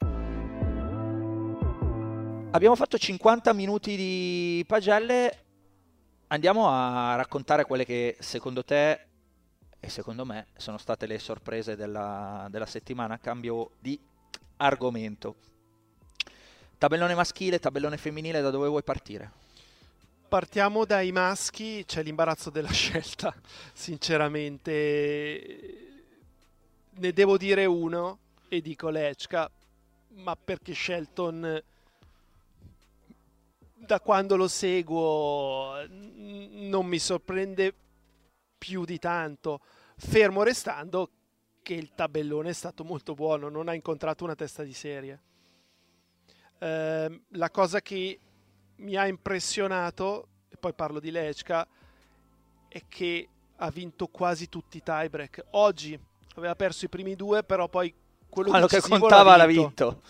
Abbiamo fatto 50 minuti di pagelle, andiamo a raccontare quelle che secondo te e secondo me sono state le sorprese della settimana. Cambio di argomento. Tabellone maschile, tabellone femminile, da dove vuoi partire? Partiamo dai maschi, c'è l'imbarazzo della scelta, sinceramente. Ne devo dire uno, e dico Lechka, ma perché Shelton, da quando lo seguo, non mi sorprende più di tanto, fermo restando che il tabellone è stato molto buono, non ha incontrato una testa di serie. La cosa che mi ha impressionato, e poi parlo di Lechka, è che ha vinto quasi tutti i tiebreak. Oggi aveva perso i primi 2, però poi quello che contava l'ha vinto.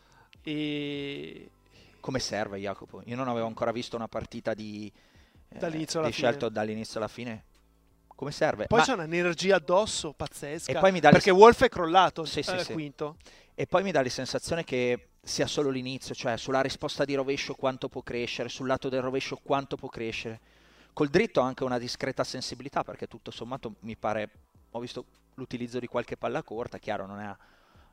E come serve, Jacopo? Io non avevo ancora visto una partita dall'inizio alla scelto dall'inizio alla fine. Come serve? Poi c'è un'energia addosso pazzesca, e poi perché Wolf è crollato al quinto. E poi mi dà la sensazione che sia solo l'inizio, cioè sulla risposta di rovescio quanto può crescere, sul lato del rovescio quanto può crescere. Col dritto ha anche una discreta sensibilità, perché tutto sommato mi pare, ho visto l'utilizzo di qualche palla corta, chiaro non è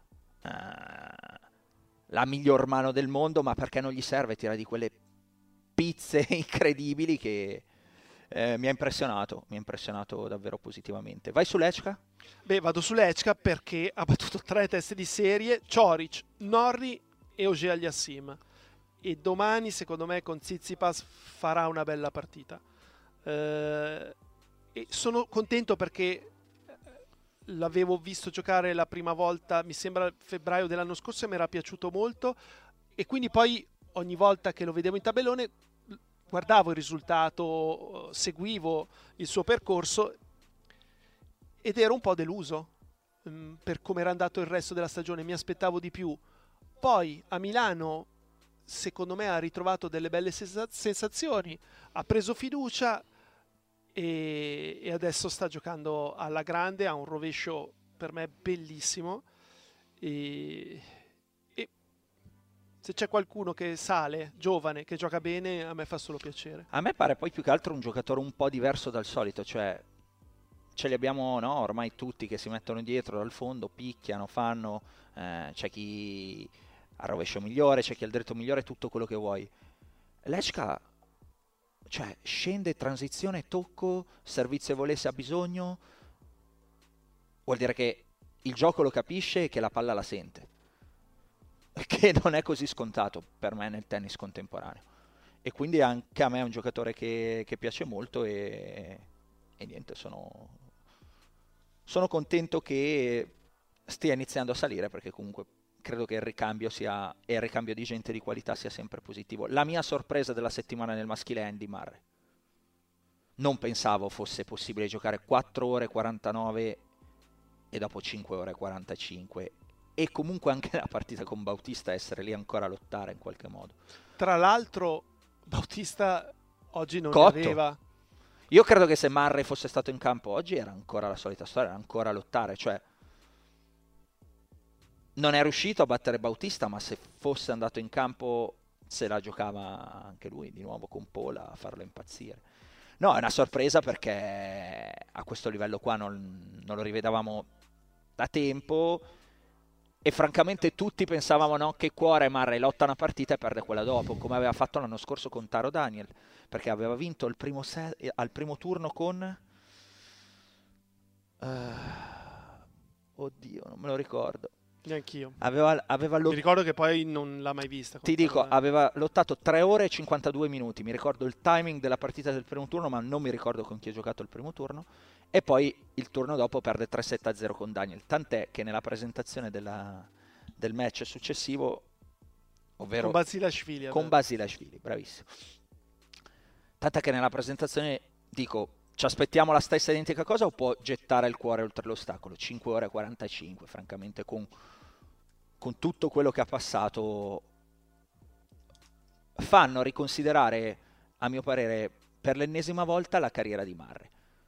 la miglior mano del mondo, ma perché non gli serve, tira di quelle pizze incredibili che mi ha impressionato davvero positivamente. Vai su Lechka? Beh, vado su Lechka perché ha battuto 3 teste di serie, Coric, Norrie e Auger-Aliassime, e domani secondo me con Tsitsipas farà una bella partita. E sono contento perché l'avevo visto giocare la prima volta, mi sembra febbraio dell'anno scorso, e mi era piaciuto molto, e quindi poi ogni volta che lo vedevo in tabellone guardavo il risultato, seguivo il suo percorso ed ero un po' deluso per come era andato il resto della stagione, mi aspettavo di più. Poi a Milano secondo me ha ritrovato delle belle sensazioni, ha preso fiducia e adesso sta giocando alla grande, ha un rovescio per me bellissimo, e se c'è qualcuno che sale, giovane, che gioca bene, a me fa solo piacere. A me pare poi più che altro un giocatore un po' diverso dal solito, cioè ce li abbiamo, no, ormai tutti che si mettono dietro dal fondo, picchiano, fanno, c'è chi ha il rovescio migliore, c'è chi ha il dritto migliore, tutto quello che vuoi. Lechka, cioè, scende, transizione, tocco, servizio e volée se ha bisogno, vuol dire che il gioco lo capisce e che la palla la sente. che non è così scontato per me nel tennis contemporaneo. E quindi anche a me è un giocatore che piace molto e niente, sono contento che stia iniziando a salire, perché comunque credo che il ricambio e il ricambio di gente di qualità sia sempre positivo. La mia sorpresa della settimana nel maschile è Andy Murray. Non pensavo fosse possibile giocare 4 ore e 49 e dopo 5 ore e 45 e comunque anche la partita con Bautista essere lì ancora a lottare in qualche modo. Tra l'altro Bautista oggi non Cotto. ne aveva. Io credo che se Murray fosse stato in campo oggi era ancora la solita storia, era ancora a lottare, cioè non è riuscito a battere Bautista, ma se fosse andato in campo se la giocava anche lui di nuovo con Paul a farlo impazzire. No, è una sorpresa perché a questo livello qua non lo rivedavamo da tempo e francamente tutti pensavano no, che cuore Murray lotta una partita e perde quella dopo, come aveva fatto l'anno scorso con Taro Daniel, perché aveva vinto il primo al primo turno con... oddio, non me lo ricordo. Neanch'io. Mi ricordo che poi non l'ha mai vista. Ti dico, aveva lottato 3 ore e 52 minuti. Mi ricordo il timing della partita del primo turno, ma non mi ricordo con chi ha giocato il primo turno. E poi il turno dopo perde 3-7-0 con Daniel. Tant'è che nella presentazione del match successivo, ovvero con Basilashvili, bravissimo. Tant'è che nella presentazione dico, ci aspettiamo la stessa identica cosa o può gettare il cuore oltre l'ostacolo? 5 ore e 45, francamente con tutto quello che ha passato fanno riconsiderare, a mio parere, per l'ennesima volta la carriera di Murray,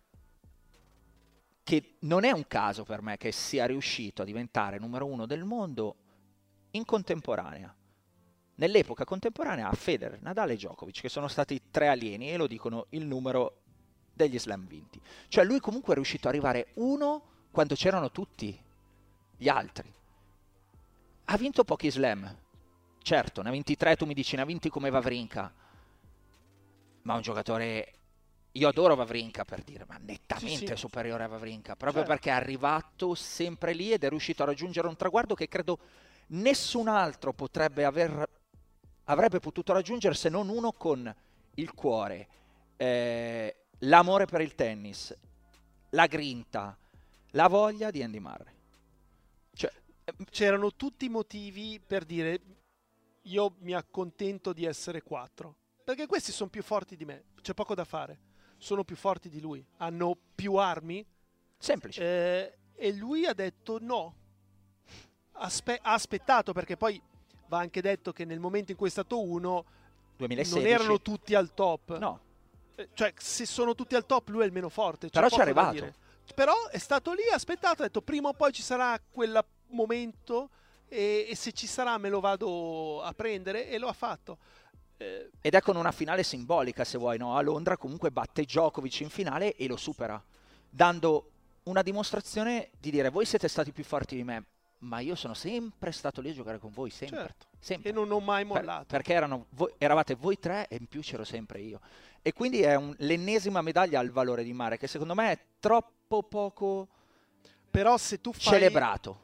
che non è un caso per me che sia riuscito a diventare numero 1 del mondo in contemporanea, nell'epoca contemporanea a Federer, Nadal e Djokovic, che sono stati 3 alieni e lo dicono il numero degli slam vinti. Cioè lui comunque è riuscito ad arrivare 1 quando c'erano tutti gli altri. Ha vinto pochi slam, certo, ne ha vinti 3, tu mi dici ne ha vinti come Wawrinka, ma un giocatore, io adoro Wawrinka per dire, ma nettamente superiore a Wawrinka, proprio perché è arrivato sempre lì ed è riuscito a raggiungere un traguardo che credo nessun altro avrebbe potuto raggiungere se non uno con il cuore, l'amore per il tennis, la grinta, la voglia di Andy Murray. Cioè, c'erano tutti i motivi per dire io mi accontento di essere 4, perché questi sono più forti di me, c'è poco da fare, sono più forti di lui, hanno più armi, semplice, e lui ha detto no, ha aspettato, perché poi va anche detto che nel momento in cui è stato 1 2016, non erano tutti al top, no, cioè se sono tutti al top lui è il meno forte, però c'è arrivato, però è stato lì, ha aspettato, ha detto prima o poi ci sarà quel momento e se ci sarà me lo vado a prendere, e lo ha fatto. Ed è con una finale simbolica, se vuoi, no? A Londra comunque batte Djokovic in finale e lo supera, dando una dimostrazione di dire voi siete stati più forti di me, ma io sono sempre stato lì a giocare con voi, sempre. Certo. Sempre. E non ho mai mollato. Perché eravate voi 3 e in più c'ero sempre io. E quindi è l'ennesima medaglia al valore di Murray, che secondo me è troppo poco però se tu fai celebrato.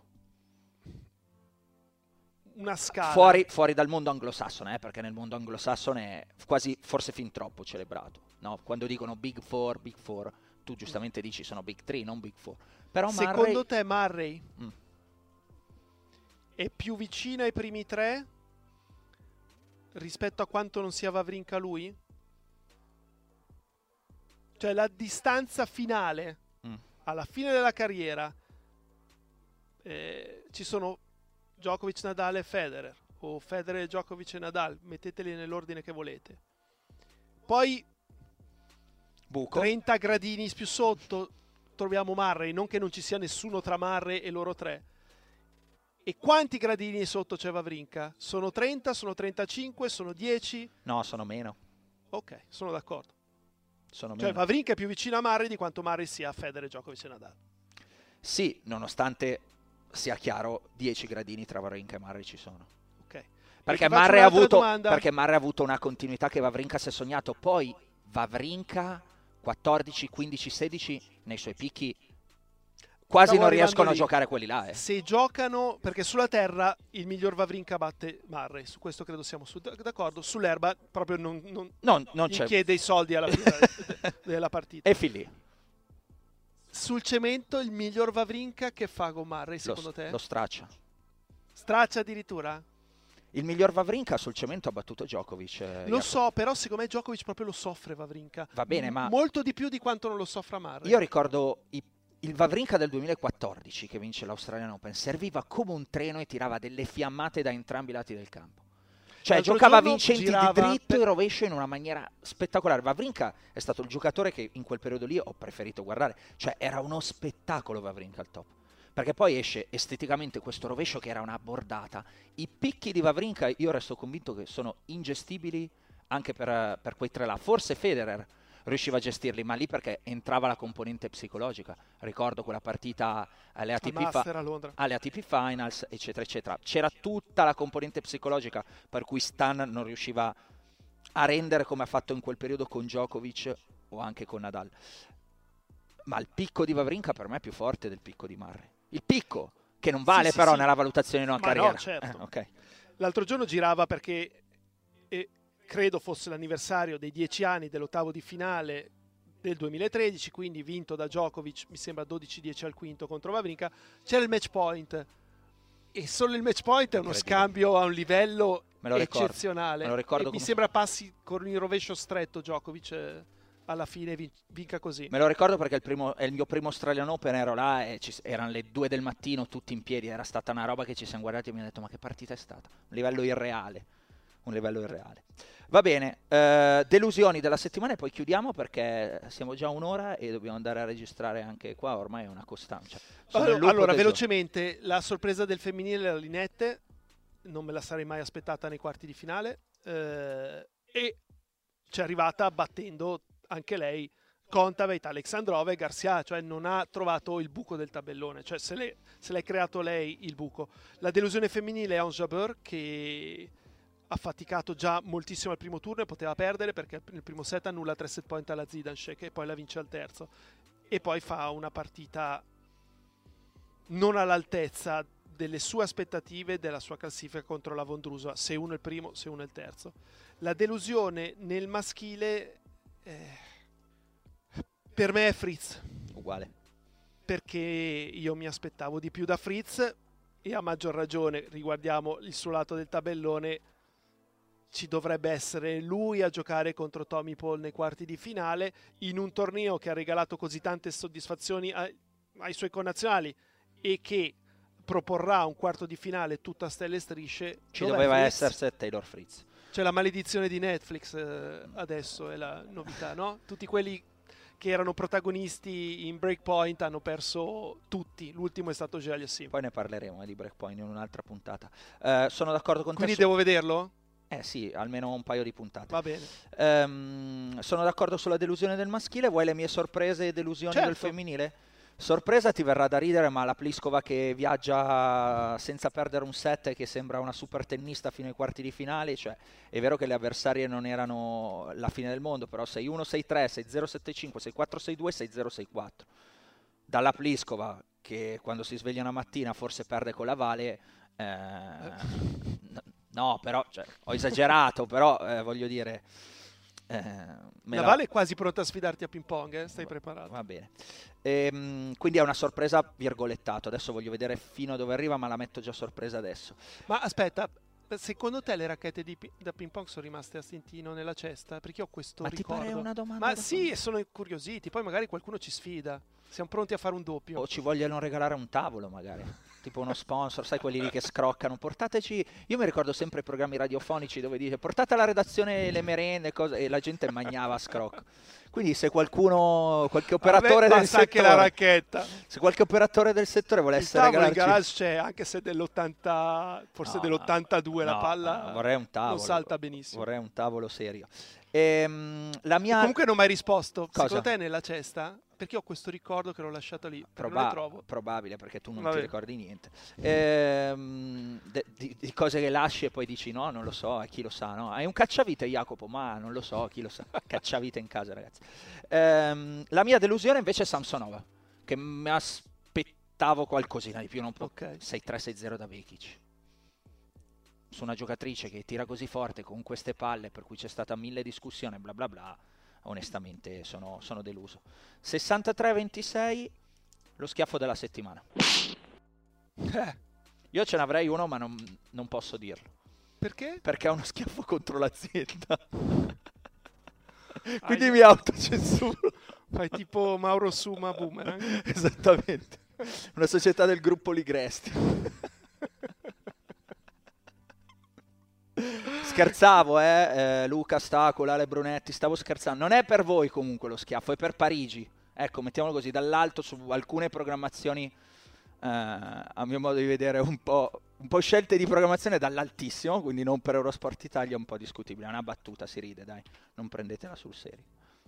Una scala fuori dal mondo anglosassone, perché nel mondo anglosassone è quasi, forse fin troppo celebrato, no? Quando dicono Big Four, tu giustamente dici sono Big 3, non Big 4. Però secondo te Murray è più vicino ai primi 3 rispetto a quanto non sia Wawrinka lui? Cioè la distanza finale alla fine della carriera, ci sono Djokovic, Nadal e Federer, o Federer, Djokovic e Nadal, metteteli nell'ordine che volete. Poi buco. 30 gradini più sotto troviamo Murray, non che non ci sia nessuno tra Murray e loro 3. E quanti gradini sotto c'è Wawrinka? Sono 30, sono 35, sono 10? No, sono meno. Ok, sono d'accordo. Cioè meno. Wawrinka è più vicino a Murray di quanto Murray sia a Federer, Djokovic e Nadal. Sì, nonostante sia chiaro, 10 gradini tra Wawrinka e Murray ci sono. Ok. Perché Murray ha avuto una continuità che Wawrinka si è sognato. Poi Wawrinka 14, 15, 16 nei suoi picchi quasi Stavo non riescono a arrivando lì. giocare quelli là. Se giocano, perché sulla terra il miglior Wawrinka batte Murray, su questo credo siamo d'accordo. Sull'erba proprio non c'è. chiede i soldi alla fine della partita. E fin lì. Sul cemento il miglior Wawrinka che fa con Murray secondo te? Lo straccia. Straccia addirittura? Il miglior Wawrinka sul cemento ha battuto Djokovic. Lo so, però secondo me Djokovic proprio lo soffre Wawrinka. Va bene, ma molto di più di quanto non lo soffra Murray. io ricordo il Wawrinka del 2014 che vince l'Australian Open, serviva come un treno e tirava delle fiammate da entrambi i lati del campo. Cioè L'altro giocava giorno vincenti girava di dritto e rovescio in una maniera spettacolare. Wawrinka è stato il giocatore che in quel periodo lì ho preferito guardare. Cioè era uno spettacolo Wawrinka al top. Perché poi esce esteticamente questo rovescio che era una bordata. I picchi di Wawrinka io resto convinto che sono ingestibili anche per quei tre là. Forse Federer riusciva a gestirli, ma lì perché entrava la componente psicologica. Ricordo quella partita alle ATP Finals, eccetera, eccetera. C'era tutta la componente psicologica per cui Stan non riusciva a rendere come ha fatto in quel periodo con Djokovic o anche con Nadal. Ma il picco di Wawrinka per me è più forte del picco di Murray. Il picco, che non vale però nella valutazione di una carriera. No, certo. Okay. L'altro giorno girava perché credo fosse l'anniversario dei 10 anni dell'ottavo di finale del 2013, quindi vinto da Djokovic, mi sembra 12-10 al quinto contro Wawrinka. C'era il match point e solo il match point è uno scambio a un livello eccezionale. Me lo ricordo mi sembra passi con il rovescio stretto Djokovic alla fine vinca così. Me lo ricordo perché è il mio primo Australian Open, ero là e erano le 2 del mattino tutti in piedi, era stata una roba che ci siamo guardati e mi hanno detto ma che partita è stata? Un livello irreale. Va bene, delusioni della settimana e poi chiudiamo perché siamo già un'ora e dobbiamo andare a registrare anche qua, ormai è una costanza. Allora velocemente, la sorpresa del femminile, la Linette, non me la sarei mai aspettata nei quarti di finale e ci è arrivata battendo anche lei Kontaveit, Alexandrova e Garcia, cioè non ha trovato il buco del tabellone, cioè se l'è creato lei il buco. La delusione femminile è Ons Jabeur che ha faticato già moltissimo al primo turno e poteva perdere perché nel primo set annulla 3 set point alla Zidansek e poi la vince al terzo e poi fa una partita non all'altezza delle sue aspettative, della sua classifica contro la Vondrousova, se uno è il primo, se uno è il terzo. La delusione nel maschile per me è Fritz. Uguale. Perché io mi aspettavo di più da Fritz e a maggior ragione, riguardiamo il suo lato del tabellone, ci dovrebbe essere lui a giocare contro Tommy Paul nei quarti di finale in un torneo che ha regalato così tante soddisfazioni ai suoi connazionali e che proporrà un quarto di finale tutto a stelle e strisce. Ci doveva essere Taylor Fritz. C'è la maledizione di Netflix adesso è la novità, no? Tutti quelli che erano protagonisti in Breakpoint hanno perso tutti, l'ultimo è stato Gellia Sim. Poi ne parleremo di Breakpoint in un'altra puntata. Sono d'accordo con te. Quindi devo vederlo? Sì, almeno un paio di puntate. Va bene. Sono d'accordo sulla delusione del maschile. Vuoi le mie sorprese e delusioni del femminile? Sorpresa ti verrà da ridere, ma la Pliskova che viaggia senza perdere un set e che sembra una super tennista fino ai quarti di finale, cioè è vero che le avversarie non erano la fine del mondo, però 6-1, 6-3, 6-0, 7-5, 6-4, 6-2, 6-0, 6-4. Dalla Pliskova che quando si sveglia una mattina forse perde con la Vale, no, però cioè, ho esagerato, però voglio dire... la Vale è quasi pronta a sfidarti a ping pong, stai preparato. Va bene. Quindi è una sorpresa virgolettato. Adesso voglio vedere fino a dove arriva, ma la metto già sorpresa adesso. Ma aspetta, secondo te le racchette da ping pong sono rimaste a stintino nella cesta? Perché ho questo ricordo. Ma ti pare una domanda? Ma sì, sono incuriositi. Poi magari qualcuno ci sfida. Siamo pronti a fare un doppio. O ci vogliono regalare un tavolo magari. Tipo uno sponsor, sai quelli lì che scroccano, portateci, io mi ricordo sempre i programmi radiofonici dove dice portate alla redazione le merende e la gente mangiava a scrocco. Quindi se qualcuno, qualche operatore del settore, la racchetta. Se qualche operatore del settore volesse regalarci... Il garage c'è, anche se dell'80, forse dell'82 la palla vorrei un tavolo, non salta benissimo. Vorrei un tavolo serio. La mia... Comunque non mi hai risposto. Cosa? Secondo te è nella cesta? Perché ho questo ricordo che l'ho lasciato lì. Non le trovo. Probabile, perché tu non ti ricordi niente. Di cose che lasci e poi dici no, non lo so, chi lo sa, no? Hai un cacciavite, Jacopo? Ma non lo so, chi lo sa. Cacciavite in casa, ragazzi. La mia delusione invece è Samsonova, che mi aspettavo qualcosina di più, non può. Ok. 6-3, 6-0 da Vekic. Su una giocatrice che tira così forte con queste palle, per cui c'è stata 1000 discussioni, bla bla bla, onestamente sono deluso. 63-26, lo schiaffo della settimana. Io ce n'avrei uno, ma non posso dirlo. Perché? Perché è uno schiaffo contro l'azienda. Quindi mi autocensuro. Fai tipo Mauro Suma Boomerang. Esattamente. Una società del gruppo Ligresti. Scherzavo, Luca Stacola, Ale Brunetti, stavo scherzando. Non è per voi comunque lo schiaffo, è per Parigi. Ecco, mettiamolo così, dall'alto su alcune programmazioni, a mio modo di vedere, un po' scelte di programmazione dall'altissimo, quindi non per Eurosport Italia, un po' discutibile. È una battuta, si ride, dai, non prendetela sul serio.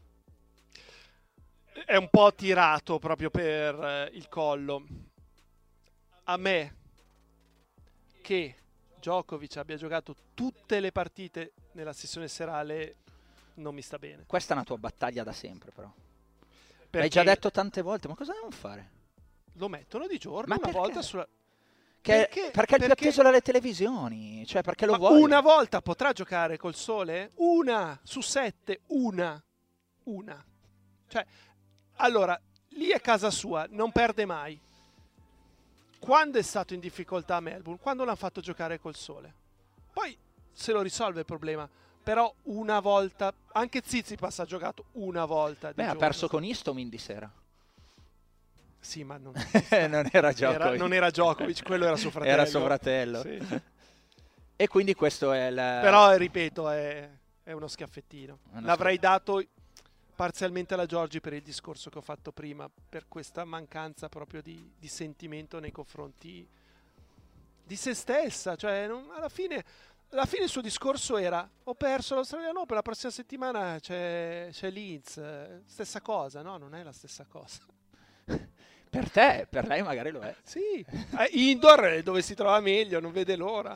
È un po' tirato proprio per il collo. A me che Djokovic abbia giocato tutte le partite nella sessione serale non mi sta bene. Questa è una tua battaglia da sempre, però. Perché L'hai già detto tante volte, ma cosa devono fare? lo mettono di giorno, Ma una perché? volta sulla... Perché è il più atteso dalle televisioni, cioè perché lo vuoi. Una volta potrà giocare col sole? Una su 7, una. Cioè, allora, lì è casa sua, non perde mai. Quando è stato in difficoltà a Melbourne? Quando l'hanno fatto giocare col sole. Poi se lo risolve il problema. Però una volta, anche Tsitsipas ha giocato una volta di Beh, ha giorno. perso con Istomin di sera. Sì, ma non, Non era Djokovic. non era Djokovic, quello era suo fratello. Era suo fratello. Sì. E quindi questo è il... Però, ripeto, è uno schiaffettino. Uno L'avrei dato parzialmente alla Giorgi per il discorso che ho fatto prima, per questa mancanza proprio di sentimento nei confronti di se stessa. Cioè, alla fine il suo discorso era: ho perso l'Australian Open, la prossima settimana c'è Linz. Stessa cosa, no? Non è la stessa cosa. Per te, per lei magari lo è. Sì, indoor dove si trova meglio, non vede l'ora.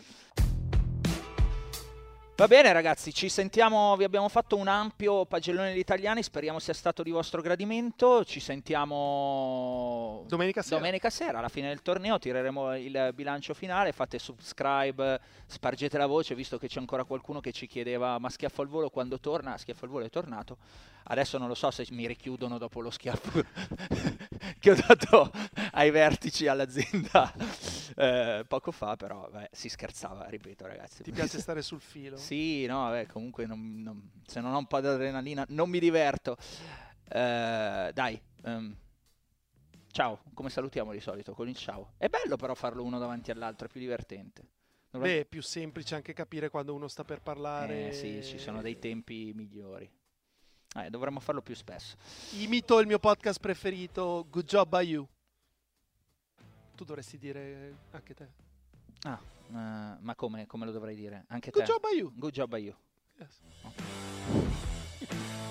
Va bene ragazzi, ci sentiamo, vi abbiamo fatto un ampio pagellone degli italiani, speriamo sia stato di vostro gradimento, ci sentiamo Domenica sera, alla fine del torneo, tireremo il bilancio finale, fate subscribe, spargete la voce, visto che c'è ancora qualcuno che ci chiedeva ma Schiaffo al Volo quando torna? Schiaffo al Volo è tornato, adesso non lo so se mi richiudono dopo lo schiaffo che ho dato ai vertici all'azienda poco fa, però si scherzava, ripeto ragazzi. Ti piace stare sul filo? Sì, no, comunque se non ho un po' di adrenalina non mi diverto. Dai, ciao, come salutiamo di solito? Con il ciao. È bello però farlo uno davanti all'altro, è più divertente. Beh, è più semplice anche capire quando uno sta per parlare. Sì, ci sono dei tempi migliori. Dovremmo farlo più spesso. Imito il mio podcast preferito, Good Job by You. Tu dovresti dire anche te. Ma come lo dovrei dire? Anche Good te? Job by You. Good job by you. Yes. Okay.